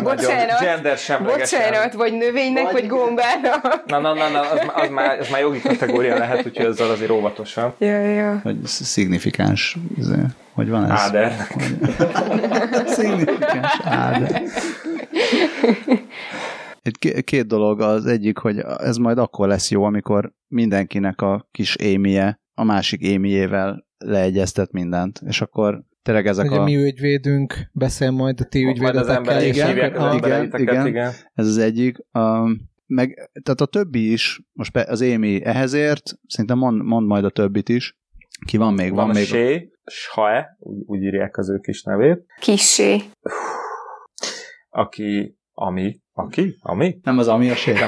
Bocsánat, vagy növénynek, vagy gombának. Na, az már jogi kategória lehet, úgyhogy ezzel azért óvatosan. Ja. Hogy szignifikáns, hogy van ez? Áder. Szignifikáns áder. Két dolog, az egyik, hogy ez majd akkor lesz jó, amikor mindenkinek a kis Amy-je a másik Amy-jével leegyeztet mindent, és akkor tényleg ezek a mi ügyvédünk beszél majd a ti ügyvédetekkel. Igen. Ez az egyik. Tehát a többi is, most az Amy ehhez ért, szerintem mond majd a többit is. Ki van még? Van még Shé, Shae, úgy írják az ő kis nevét. Kissé. Ami? Nem az ami a sé.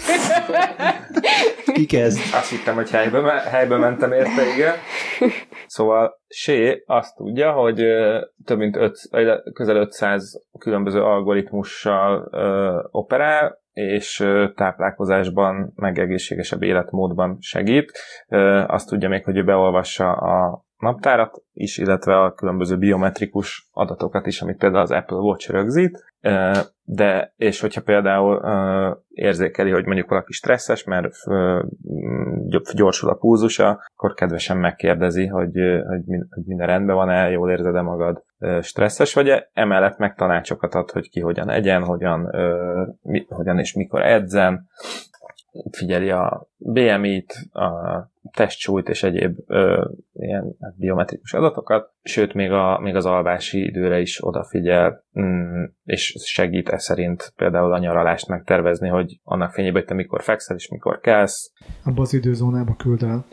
Ki kezd? Azt hittem, hogy helybe mentem érte, igen. Szóval Sé azt tudja, hogy több mint közel 500 különböző algoritmussal operál, és táplálkozásban, meg egészségesebb életmódban segít. Azt tudja még, hogy ő beolvassa a naptárat is, illetve a különböző biometrikus adatokat is, amit például az Apple Watch rögzít, és hogyha például érzékeli, hogy mondjuk valaki stresszes, mert gyorsul a pulzusa, akkor kedvesen megkérdezi, hogy minden rendben van-e, jól érzed-e magad, stresszes vagy-e, emellett meg tanácsokat ad, hogy ki hogyan egyen, hogyan és mikor edzen, figyeli a BMI-t, a testsúlyt és egyéb ilyen biometrikus adatokat, sőt, még az alvási időre is odafigyel, és segít szerint például a nyaralást megtervezni, hogy annak fényében, hogy te mikor fekszel és mikor kelsz. Abba az időzónába küld el.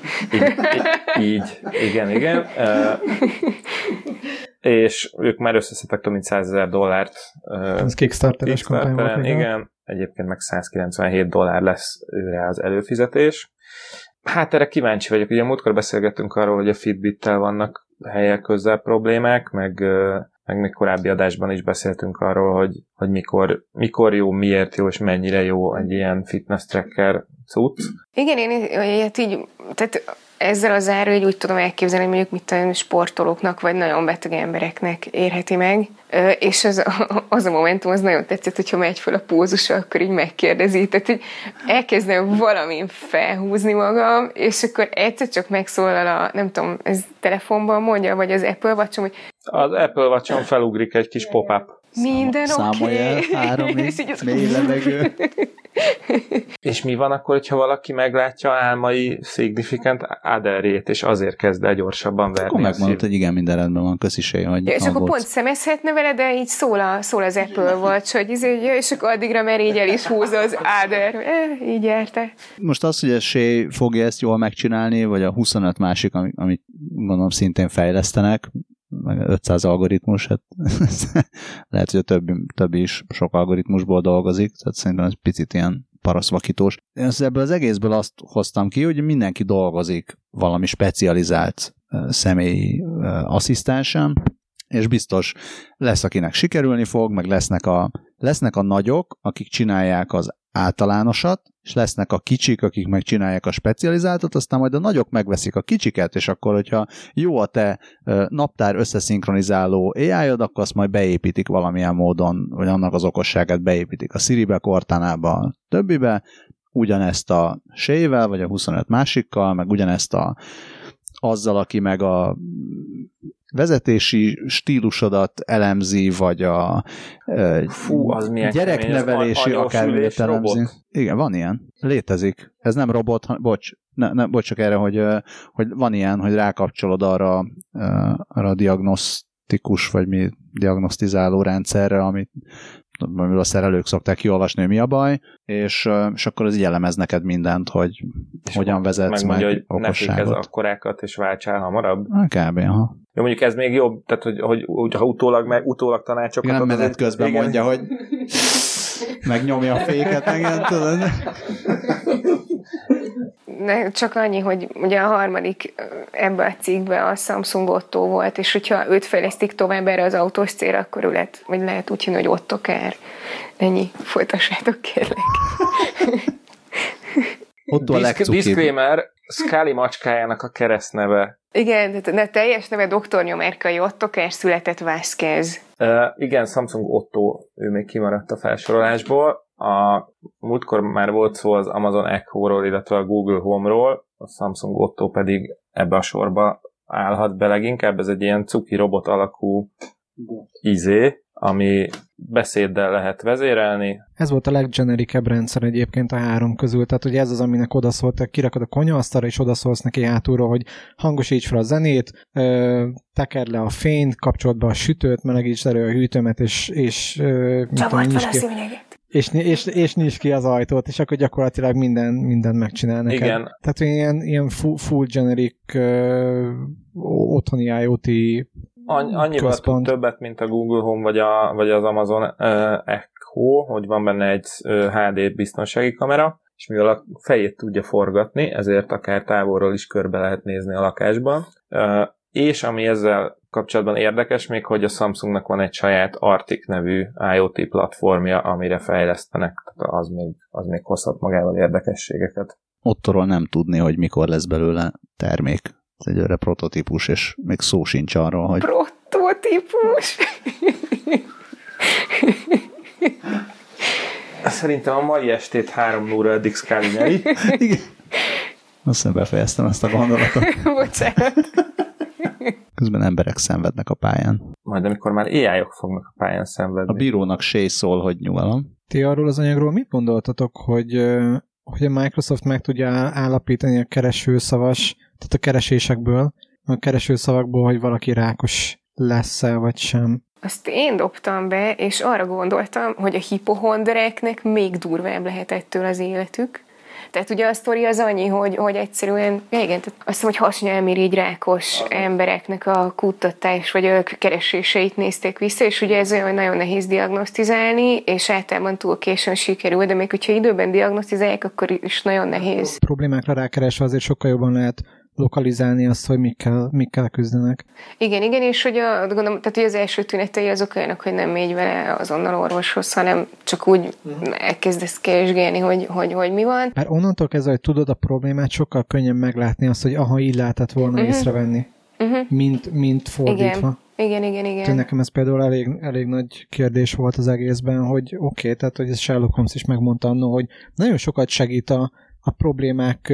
Így, igen. És ők már összeszedtek több mint $100,000. Ez Kickstarteres kampány volt. Igen. Egyébként meg $197 lesz őre az előfizetés. Hát erre kíváncsi vagyok. Ugye múltkor beszélgettünk arról, hogy a Fitbittel vannak helyek közel problémák, meg még korábbi adásban is beszéltünk arról, hogy mikor jó, miért jó, és mennyire jó egy ilyen fitness tracker cucc. Igen, én így, tehát ezzel az árral így úgy tudom elképzelni, hogy mondjuk mit sportolóknak, vagy nagyon beteg embereknek érheti meg. És az a momentum, az nagyon tetszett, hogyha megy fel a pulzusa, akkor így megkérdezi. Tehát, hogy elkezdem valamin felhúzni magam, és akkor egyszer csak megszólal nem tudom, ez telefonban mondja, vagy az Apple Watch-on, hogy... Az Apple Watch-on felugrik egy kis pop-up. Minden oké. Számolj el, 3 mély levegő. És mi van akkor, hogyha valaki meglátja álmai significant other-ét, és azért kezd el gyorsabban verni? Akkor megmondod, hogy igen, minden rendben van, köszisé, hogy és akkor pont szemezhetne vele, de így szól az Apple Watch, hogy és akkor addigra már így el is húzza az other. Így érte. Most az, hogy a Sé fogja ezt jól megcsinálni, vagy a 25 másik, amit gondolom szintén fejlesztenek, meg 500 algoritmus, hát lehet, hogy a többi is sok algoritmusból dolgozik, tehát szerintem ez picit ilyen paraszvakítós. Én ebből az egészből azt hoztam ki, hogy mindenki dolgozik valami specializált személyi asszisztensen, és biztos lesz, akinek sikerülni fog, meg lesznek a nagyok, akik csinálják az általánosat, és lesznek a kicsik, akik megcsinálják a specializáltat, aztán majd a nagyok megveszik a kicsiket, és akkor, hogyha jó a te naptár összeszinkronizáló AI-od, akkor azt majd beépítik valamilyen módon, vagy annak az okosságát beépítik a Siri-be, Cortánába, a többibe, ugyanezt a Sé-vel, vagy a 25 másikkal, meg ugyanezt azzal, aki meg a vezetési stílusodat elemzi, vagy a gyereknevelési akármilyen elemzi. Igen, van ilyen. Létezik. Ez nem robot, bocs, csak erre, hogy van ilyen, hogy rákapcsolod arra a diagnosztikus, vagy mi diagnosztizáló rendszerre, amivel a szerelők szokták kiolvasni, hogy mi a baj, és akkor az így elemez neked mindent, hogy és hogyan vezetsz meg okosságot. Hogy ne fékezz akkorákat, és váltsál hamarabb. Kb. Aha. Jó, mondjuk ez még jobb, tehát hogy ha utólag tanácsokat... Nem menet közben igen. Mondja, hogy megnyomja a féket, igen, tudod. Csak annyi, hogy ugye a harmadik ebbe a cikkbe a Samsung Otto volt, és hogyha őt fejlesztik tovább erre az autós célra, akkor ő lehet úgy hinni, hogy Ottokár. Ennyi, folytassátok kérlek. Otto a legcukibb. Disclaimer, Scully macskájának a keresztneve. Igen, de teljes neve Dr. Nyomerkai Ottokár, született Vázquez. Igen, Samsung Otto, ő még kimaradt a felsorolásból. A múltkor már volt szó az Amazon Echo-ról, illetve a Google Home-ról, a Samsung Otto pedig ebbe a sorba állhat be leginkább. Ez egy ilyen cuki robot alakú ami beszéddel lehet vezérelni. Ez volt a leggenerikebb rendszer egyébként a 3 közül, tehát hogy ez az, aminek odaszóltak, kirakod a konyhaasztalra, és odaszólsz neki hátulról, hogy hangosíts fel a zenét, tekerd le a fényt, kapcsold be a sütőt, melegítsd elő a hűtőmet, és csavart fel a szőnyeget. És nyisd ki az ajtót, és akkor gyakorlatilag mindent megcsinál neked. Igen. Tehát ilyen full generic otthoni IoT annyival tud többet, mint a Google Home vagy az Amazon Echo, hogy van benne egy HD biztonsági kamera, és mivel a fejét tudja forgatni, ezért akár távolról is körbe lehet nézni a lakásban. És ami ezzel kapcsolatban érdekes még, hogy a Samsungnak van egy saját Arctic nevű IoT platformja, amire fejlesztenek, tehát az még hozhat magával érdekességeket. Ottorról nem tudni, hogy mikor lesz belőle termék. Ez egyőre prototípus, és még szó sincs arról, hogy... Prototípus! Szerintem a mai estét 3-0-ra eddig Scalinelli. Igen. Azt hiszem befejeztem ezt a gondolatot. Bocsánat. Közben emberek szenvednek a pályán. Majd amikor már AI-ok fognak a pályán szenvedni. A bírónak se szól, hogy nyugalom. Ti arról az anyagról mit gondoltatok, hogy a Microsoft meg tudja állapítani a keresőszavas, tehát a keresésekből, a keresőszavakból, hogy valaki rákos lesz-e, vagy sem? Azt én dobtam be, és arra gondoltam, hogy a hipohondreknek még durvább lehet ettől az életük. Tehát ugye a sztori az annyi, hogy egyszerűen, igen, tehát azt hiszem, hogy hasnyálmirigy rákos embereknek a kutatás vagy a kereséseit nézték vissza, és ugye ez olyan nagyon nehéz diagnosztizálni, és általában túl későn sikerül, de még hogyha időben diagnosztizálják, akkor is nagyon nehéz. A problémákra rákeresve azért sokkal jobban lehet lokalizálni azt, hogy mikkel küzdenek. Igen, és hogy gondolom, tehát hogy az első tünetei azok olyanok, hogy nem mégy vele azonnal orvoshoz, hanem csak úgy elkezdesz keresgélni, hogy mi van. Már onnantól kezdve, hogy tudod a problémát, sokkal könnyebb meglátni azt, hogy így lehetett volna észrevenni, mint fordítva. Igen. Nekem ez például elég nagy kérdés volt az egészben, hogy oké, tehát hogy ez Sherlock Holmes is megmondta annól, hogy nagyon sokat segít a problémák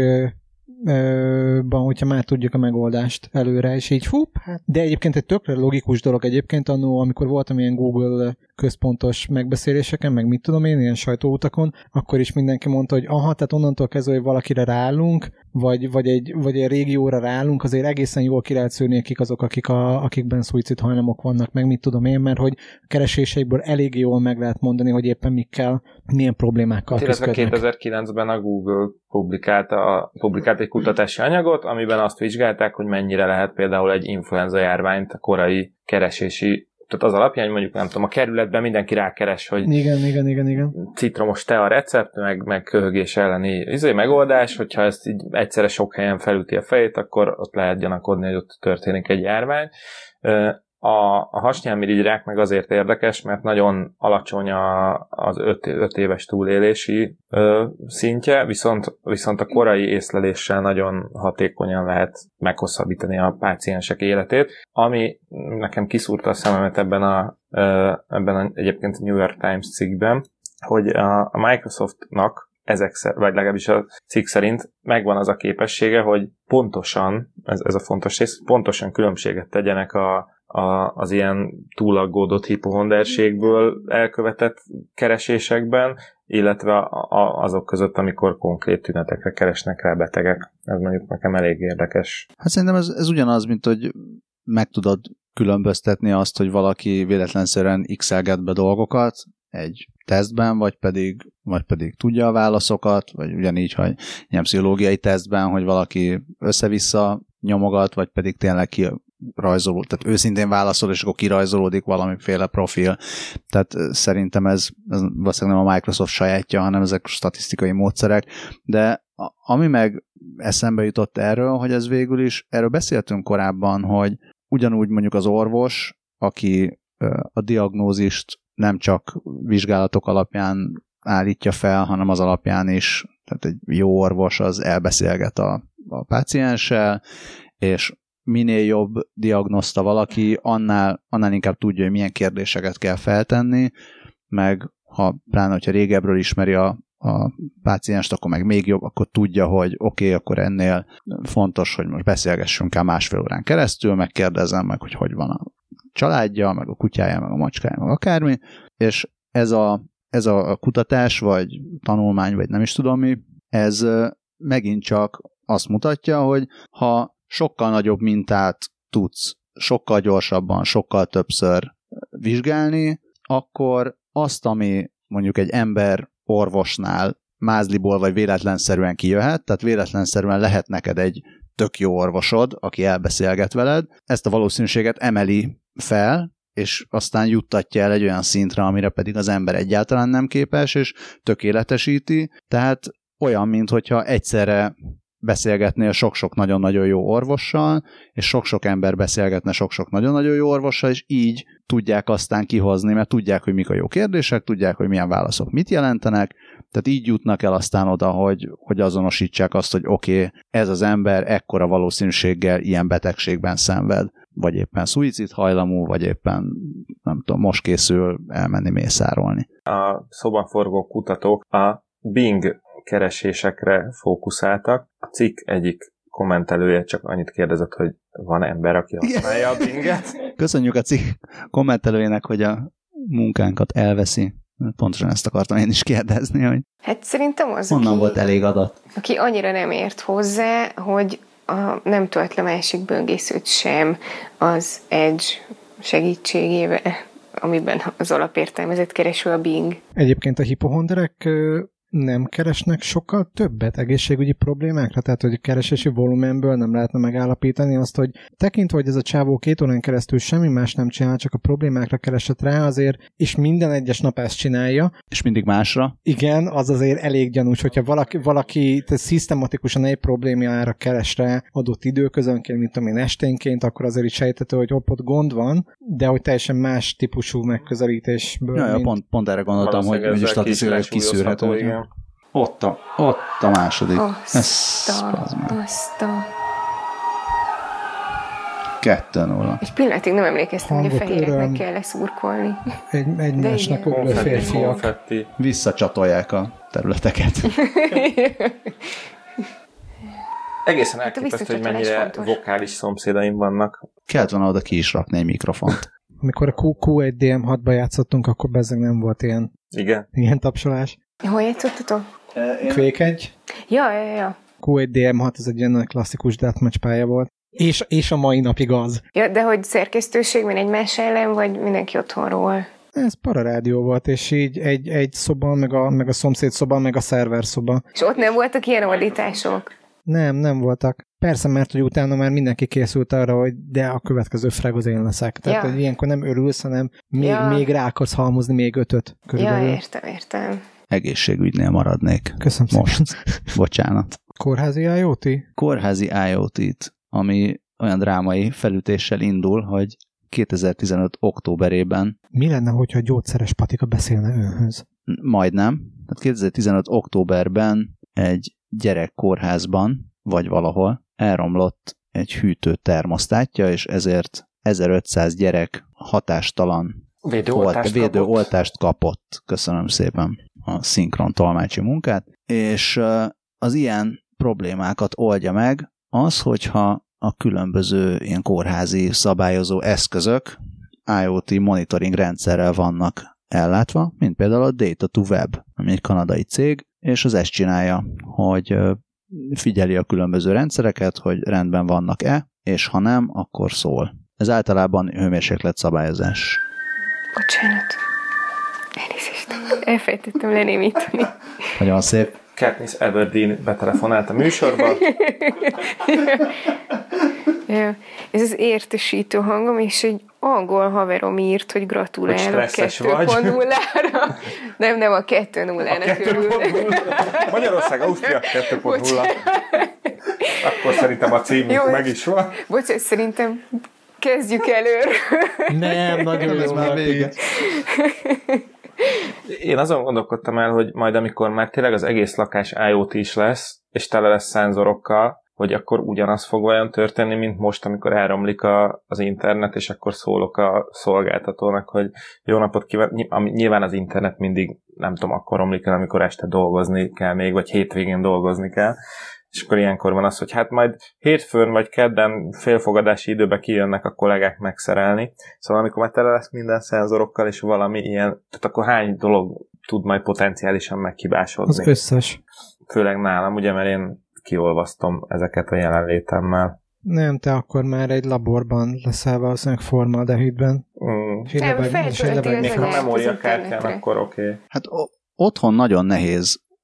hogyha már tudjuk a megoldást előre, és így hát. De egyébként egy tökre logikus dolog egyébként annó, amikor voltam ilyen Google központos megbeszéléseken, meg mit tudom én, ilyen sajtóutakon, akkor is mindenki mondta, hogy tehát onnantól kezdve, hogy valakire ráállunk, vagy egy régióra ráállunk, azért egészen jól ki lehet szűrni, kik azok, akikben szuicidhajlamok vannak, meg mit tudom én, mert hogy a kereséseikből elég jól meg lehet mondani, hogy éppen milyen problémákkal küzdködnek. 2009-ben a Google publikált egy kutatási anyagot, amiben azt vizsgálták, hogy mennyire lehet például egy influenza járványt a korai keresési, tehát az alapján, hogy mondjuk nem tudom, a kerületben mindenki rákeres, hogy igen. citromos tea a recept, meg köhögés elleni megoldás, hogyha ezt így egyszerre sok helyen felüti a fejét, akkor ott lehet gyanakodni, hogy ott történik egy járvány. A hasnyálmirigyrák meg azért érdekes, mert nagyon alacsony az 5 éves túlélési szintje, viszont a korai észleléssel nagyon hatékonyan lehet meghosszabbítani a páciensek életét, ami nekem kiszúrta a szememet ebben egyébként a New York Times cikkben, hogy a Microsoftnak vagy legalábbis a cikk szerint megvan az a képessége, hogy pontosan, ez a fontos rész, pontosan különbséget tegyenek az ilyen túlaggódott hipohonderségből elkövetett keresésekben, illetve azok között, amikor konkrét tünetekre keresnek rá betegek. Ez mondjuk nekem elég érdekes. Hát szerintem ez ugyanaz, mint hogy meg tudod különböztetni azt, hogy valaki véletlenszerűen x-elget be dolgokat egy tesztben, vagy pedig tudja a válaszokat, vagy ugyanígy, hogy ilyen pszichológiai tesztben, hogy valaki össze-vissza nyomogat, vagy pedig tényleg kirajzolód, tehát őszintén válaszol, és akkor kirajzolódik valamiféle profil. Tehát szerintem ez valószínűleg nem a Microsoft sajátja, hanem ezek statisztikai módszerek, de ami meg eszembe jutott erről, hogy ez végül is, erről beszéltünk korábban, hogy ugyanúgy mondjuk az orvos, aki a diagnózist nem csak vizsgálatok alapján állítja fel, hanem az alapján is, tehát egy jó orvos az elbeszélget a pácienssel, és minél jobb diagnoszta valaki, annál inkább tudja, hogy milyen kérdéseket kell feltenni, meg pláne, hogyha régebről ismeri a pácienst, akkor meg még jobb, akkor tudja, hogy oké, akkor ennél fontos, hogy most beszélgessünk el 1,5 órán keresztül, megkérdezem meg, hogy van a családja, meg a kutyája, meg a macskája, meg akármi, és ez a kutatás, vagy tanulmány, vagy nem is tudom mi, ez megint csak azt mutatja, hogy ha sokkal nagyobb mintát tudsz sokkal gyorsabban, sokkal többször vizsgálni, akkor azt, ami mondjuk egy ember orvosnál mázliból vagy véletlenszerűen kijöhet, tehát véletlenszerűen lehet neked egy tök jó orvosod, aki elbeszélget veled, ezt a valószínűséget emeli fel, és aztán juttatja el egy olyan szintre, amire pedig az ember egyáltalán nem képes, és tökéletesíti. Tehát olyan, minthogyha egyszerre beszélgetnél sok-sok nagyon-nagyon jó orvossal, és sok-sok ember beszélgetne sok-sok nagyon-nagyon jó orvossal, és így tudják aztán kihozni, mert tudják, hogy mik a jó kérdések, tudják, hogy milyen válaszok mit jelentenek, tehát így jutnak el aztán oda, hogy azonosítsák azt, hogy oké, ez az ember ekkora valószínűséggel ilyen betegségben szenved, vagy éppen szuicidhajlamú, vagy éppen, nem tudom, most készül elmenni mészárolni. A szobaforgó kutatók a Bing keresésekre fókuszáltak. A cikk egyik kommentelője csak annyit kérdezett, hogy van ember, aki használja a Binget. Köszönjük a cikk kommentelőjének, hogy a munkánkat elveszi. Pontosan ezt akartam én is kérdezni, hogy hát szerintem az, honnan volt elég adat. Aki annyira nem ért hozzá, hogy nem tölt le másik böngészőt sem az Edge segítségével, amiben az alapértelmezett kereső a Bing. Egyébként a hipohonderek nem keresnek sokkal többet egészségügyi problémákra? Tehát, hogy a keresési volumenből nem lehetne megállapítani azt, hogy tekintve, hogy ez a csávó 2 órán keresztül semmi más nem csinál, csak a problémákra keresett rá azért, és minden egyes nap ezt csinálja. És mindig másra. Igen, az azért elég gyanús, hogyha valaki szisztematikusan egy problémára keres rá adott időközönként, mint amilyen esténként, akkor azért is sejtető, hogy ott gond van, de hogy teljesen más típusú megközelítésből. Ja, pont erre gondoltam, hogy a statisztikailag kiszűrhető. Ott a második. Azt a... 2-0. Egy pillanatig nem emlékeztem, Hangok, hogy a fehéreknek öröm. kell leszurkolni. Egymásnak ugró férfiak. Visszacsatolják a területeket. Egészen elképesztő, hogy mennyire vokális szomszédaim vannak. Kellett volna oda ki is rakni egy mikrofont. Amikor a Q1DM6-ba játszottunk, akkor bezzeg nem volt ilyen tapsolás. Hol játszottatok? Quake 1. Ja. Q1DM6 az egy ilyen klasszikus deathmatch pálya volt. És a mai napig az. Ja, de hogy szerkesztőség van egymás ellen, vagy mindenki otthonról? Ez pararádió volt, és így egy szoba, meg a szomszéd szoba, meg a szerver szoba. És ott nem voltak ilyen ordítások? Nem voltak. Persze, mert hogy utána már mindenki készült arra, hogy de a következő frag az én leszek. Tehát, hogy ilyenkor nem örülsz, hanem még rá akarsz halmozni még 5-öt körülbelül. Ja, értem. Egészségügynél maradnék. Köszönöm most. Bocsánat. Kórházi IoT? Kórházi IoT-t, ami olyan drámai felütéssel indul, hogy 2015. októberében... Mi lenne, hogyha a gyógyszeres patika beszélne önhöz? Majdnem. Tehát 2015. októberben egy gyerekkórházban, vagy valahol elromlott egy hűtő termosztátja, és ezért 1500 gyerek hatástalan védőoltást kapott. Köszönöm szépen a szinkron tolmácsi munkát. És az ilyen problémákat oldja meg az, hogyha a különböző ilyen kórházi szabályozó eszközök IoT monitoring rendszerrel vannak ellátva, mint például a Data2Web, ami egy kanadai cég, és az ezt csinálja, hogy figyeli a különböző rendszereket, hogy rendben vannak-e, és ha nem, akkor szól. Ez általában hőmérséklet szabályozás. Bocsánat. Elnézést. Elfejtettem lenémítani. Nagyon szép. Katniss Everdeen betelefonált a műsorba. Ja, ez az értesítő hangom, és egy angol haverom írt, hogy gratulálok 2.0-ra. Nem, a 2.0-nak örül. Magyarország, Ausztria 2.0. Akkor szerintem a címünk meg is van. Bocsánat, szerintem kezdjük előre. Nem, nagyon ez már vége. Én azon gondolkodtam el, hogy majd amikor már tényleg az egész lakás IoT is lesz, és tele lesz szenzorokkal, hogy akkor ugyanaz fog olyan történni, mint most, amikor elromlik az internet, és akkor szólok a szolgáltatónak, hogy jó napot kívánok. Nyilván az internet mindig, nem tudom, akkor romlik el, amikor este dolgozni kell még, vagy hétvégén dolgozni kell. És akkor ilyenkor van az, hogy hát majd hétfőn vagy kedden félfogadási időben kijönnek a kollégák megszerelni. Szóval amikor már tele lesz minden szenzorokkal, és valami ilyen, tehát akkor hány dolog tud majd potenciálisan meghibásodni? Az összes. Főleg nálam, ugye, mert én kiolvasztom ezeket a jelenlétemmel. Nem, te akkor már egy laborban leszel valószínűleg formaldehidben. Nem, feltölti még ha memóriakártyán, akkor oké. Hát otthon nagyon nehéz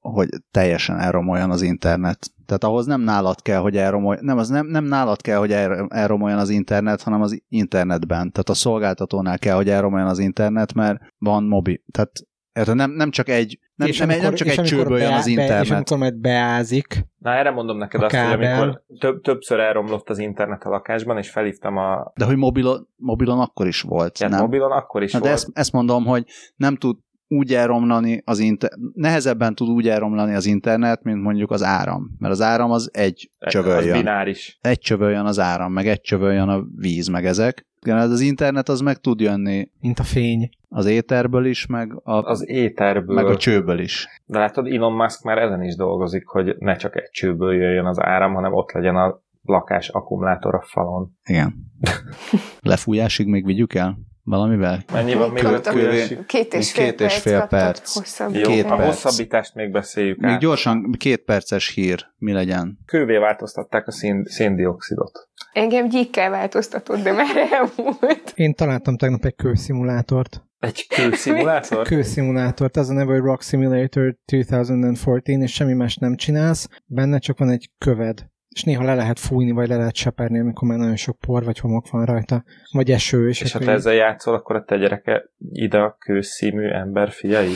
hogy teljesen elromoljon az internet. Tehát ahhoz nem nálad kell, hogy nem nálad kell, hogy elromoljon az internet, hanem az internetben. Tehát a szolgáltatónál kell, hogy elromoljon az internet, mert van mobil. Tehát nem csak egy csőből jön az internet. És amikor majd beázik. Na, erre mondom neked azt, hogy amikor többször elromlott az internet a lakásban, és felhívtam a... De hogy mobilon akkor is volt. Ja, mobilon akkor is volt. De ezt mondom, hogy nem tud úgy elromlani nehezebben tud úgy elromlani az internet, mint mondjuk az áram. Mert az áram az egy csövöl jön. Bináris. Egy csövöl jön az áram, meg egy csövöl jön a víz, meg ezek. Az internet az meg tud jönni. Mint a fény. Az éterből is, az éterből. Meg a csőből is. De látod, Elon Musk már ezen is dolgozik, hogy ne csak egy csőből jöjjön az áram, hanem ott legyen a lakás akkumulátor a falon. Igen. Lefújásig még vigyük el? Valamivel? Mennyi van még lefújásig? 2,5 perc. Jó, a hosszabbítást még beszéljük még át. Gyorsan 2 perces hír. Mi legyen? Kővé változtatták a széndioxidot. Engem gyíkkel változtatott, de már elmúlt. Én találtam tegnap egy kőszimulátort. Egy kőszimulátort? Kőszimulátort. Ez a neve, hogy Rock Simulator 2014, és semmi más nem csinálsz. Benne csak van egy köved. És néha le lehet fújni, vagy le lehet seperni, amikor már nagyon sok por vagy homok van rajta. Vagy eső. És ha te ezzel játszol, akkor a te gyereke ide a kőszínű ember fiai?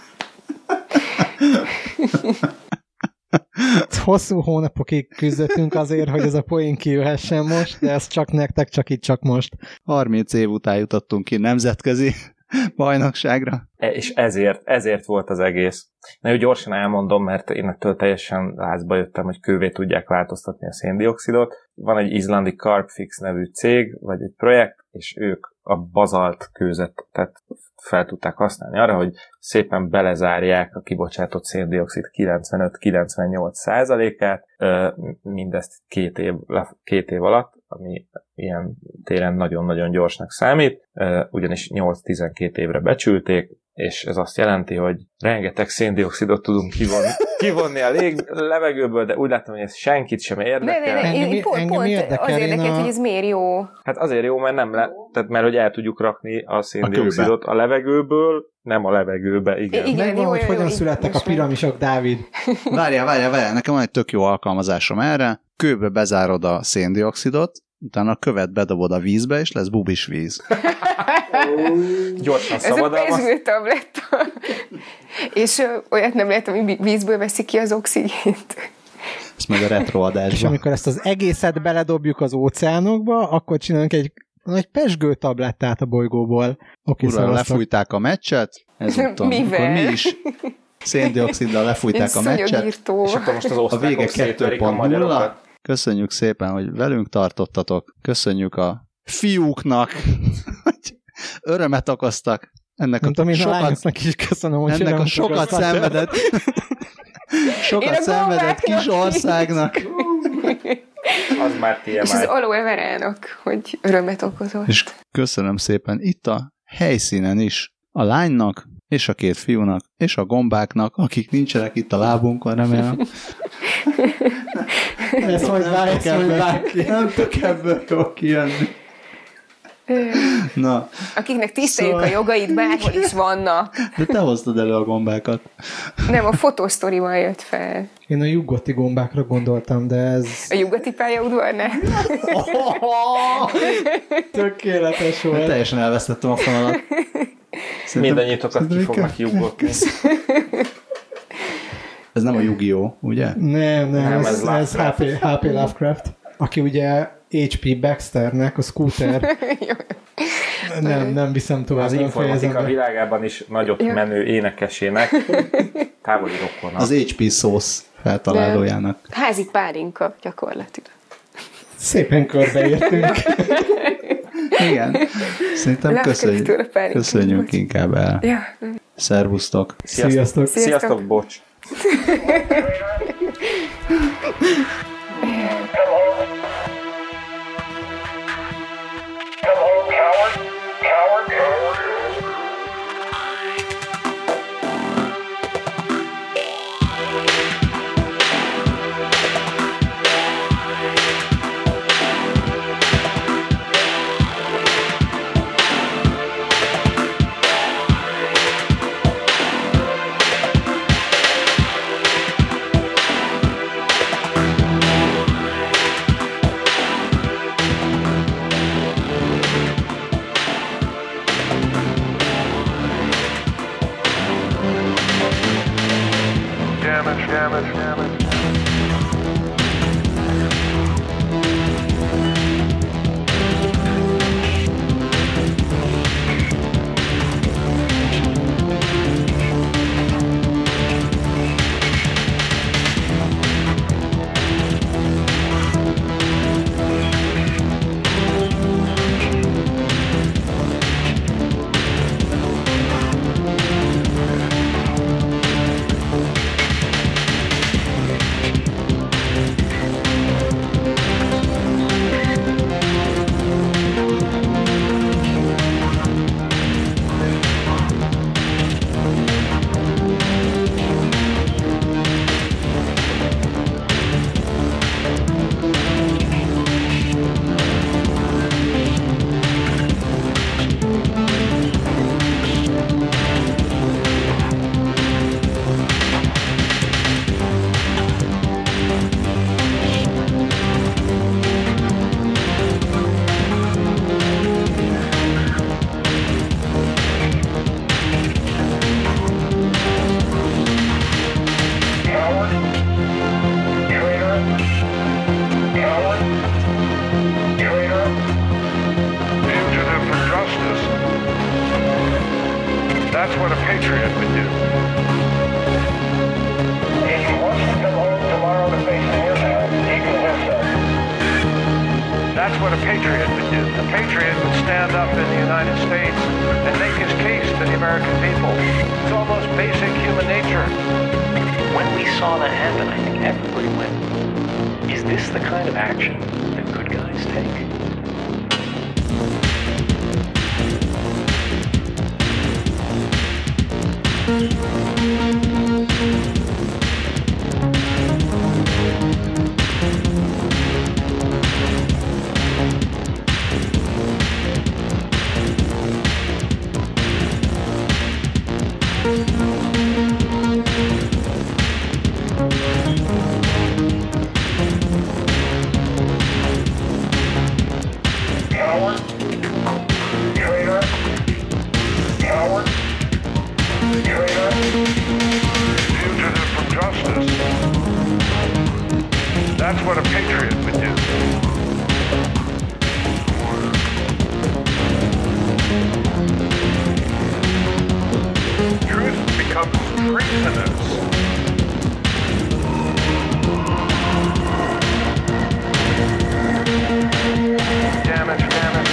Hosszú hónapokig küzdöttünk azért, hogy ez a poén kijöhessen most, de ez csak nektek, csak itt, csak most. 30 év után jutottunk ki nemzetközi bajnokságra. És ezért volt az egész. Na, gyorsan elmondom, mert én ettől teljesen lázba jöttem, hogy kővé tudják változtatni a széndioxidot. Van egy izlandi Carbfix nevű cég, vagy egy projekt, és ők a bazalt kőzet, tehát fel tudták használni arra, hogy szépen belezárják a kibocsátott széndioxid 95-98%-át, mindezt 2 év alatt, ami ilyen téren nagyon-nagyon gyorsnak számít, ugyanis 8-12 évre becsülték, és ez azt jelenti, hogy rengeteg széndioxidot tudunk kivonni a levegőből, de úgy látom, hogy ez senkit sem érdekel. Pont az érdekel, hogy ez miért jó. Hát azért jó, mert tehát mert hogy el tudjuk rakni a széndioxidot a levegőből, nem a levegőbe, igen. Megvan, hogy hogyan születtek a piramisok, Dávid. Várjál, nekem van egy tök jó alkalmazásom erre. Kőbe bezárod a széndioxidot, utána a követ bedobod a vízbe, és lesz bubis víz. Gyorsan szabadalmaz. Ez a pezgőtabletta. És olyat nem lehet, ami vízből veszi ki az oxigént. Ez meg a retroadásban. És amikor ezt az egészet beledobjuk az óceánokba, akkor csinálunk egy nagy pezsgőtablettát a bolygóból. Urva, lefújták a meccset, ezúttal. Akkor mi is széndioxiddal lefújták a meccset. És akkor most az a vége szétverik a magyarokat. Köszönjük szépen, hogy velünk tartottatok. Köszönjük a fiúknak, hogy örömet okoztak. Ennek a lányoknak is köszönöm, hogy ennek a sokat szenvedett kis országnak. Az már TMI. És az Aloe Verának, hogy örömet okozott. És köszönöm szépen itt a helyszínen is a lánynak, és a 2 fiúnak, és a gombáknak, akik nincsenek itt a lábunkon, remélem. Ez hogy bárki. Nem tudok ebből jól kijönni. Na. Akiknek tiszteljük a jogait, bárhol is vannak. De te hoztad elő a gombákat. Nem, a fotósztoriban jött fel. Én a Juggoti gombákra gondoltam, de ez... A Juggoti pályaudvarnál? Tökéletes volt. Teljesen elvesztettem a fonalat. Mindannyiukat ki fognak juggotni. Ez nem a Yu-Gi-Oh, ugye? Nem, ez H.P. Lovecraft, aki ugye H.P. Baxternek, a Scooter. nem viszem tovább. Az informatika világában is nagyot menő énekesének távoli rokkona. Az H.P. Sauce feltalálójának. Házi pálinka gyakorlatilag. Szépen körbeértünk. Igen. Szerintem köszönjünk inkább el. Ja. Szervusztok. Sziasztok, bocs. That's what a patriot would do. If he wants to come home tomorrow to face the impact, he can do so. That's what a patriot would do. A patriot would stand up in the United States and make his case to the American people. It's almost basic human nature. When we saw that happen, I think everybody went, is this the kind of action that good guys take? That's what a patriot would do. Truth becomes treasonous. Damage.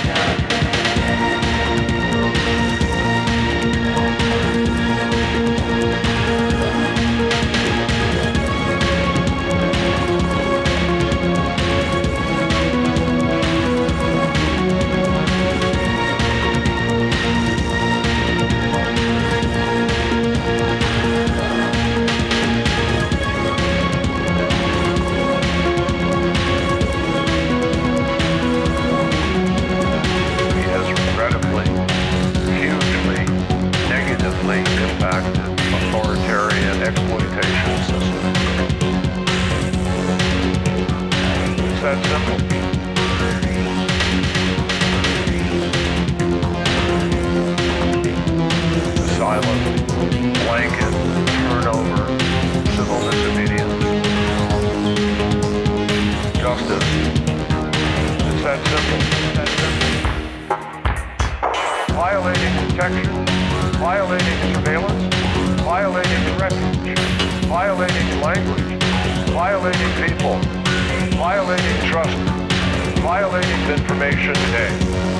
That simple. Silent, blanket, turnover, civil disobedience. Justice. It's that simple. Violating detection, violating surveillance, violating refuge, violating language, violating people. Violating trust, violating information today.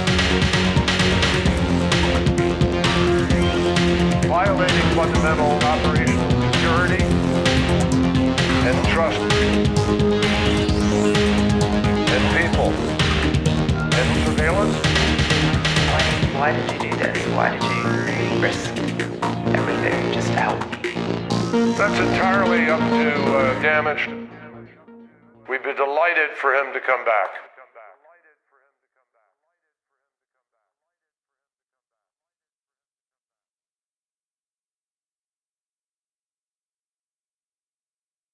Violating fundamental operational security and trust and people and surveillance. Why did you do this? Why did you risk everything just to help? That's entirely up to Damaged. We'd be delighted for him to come back.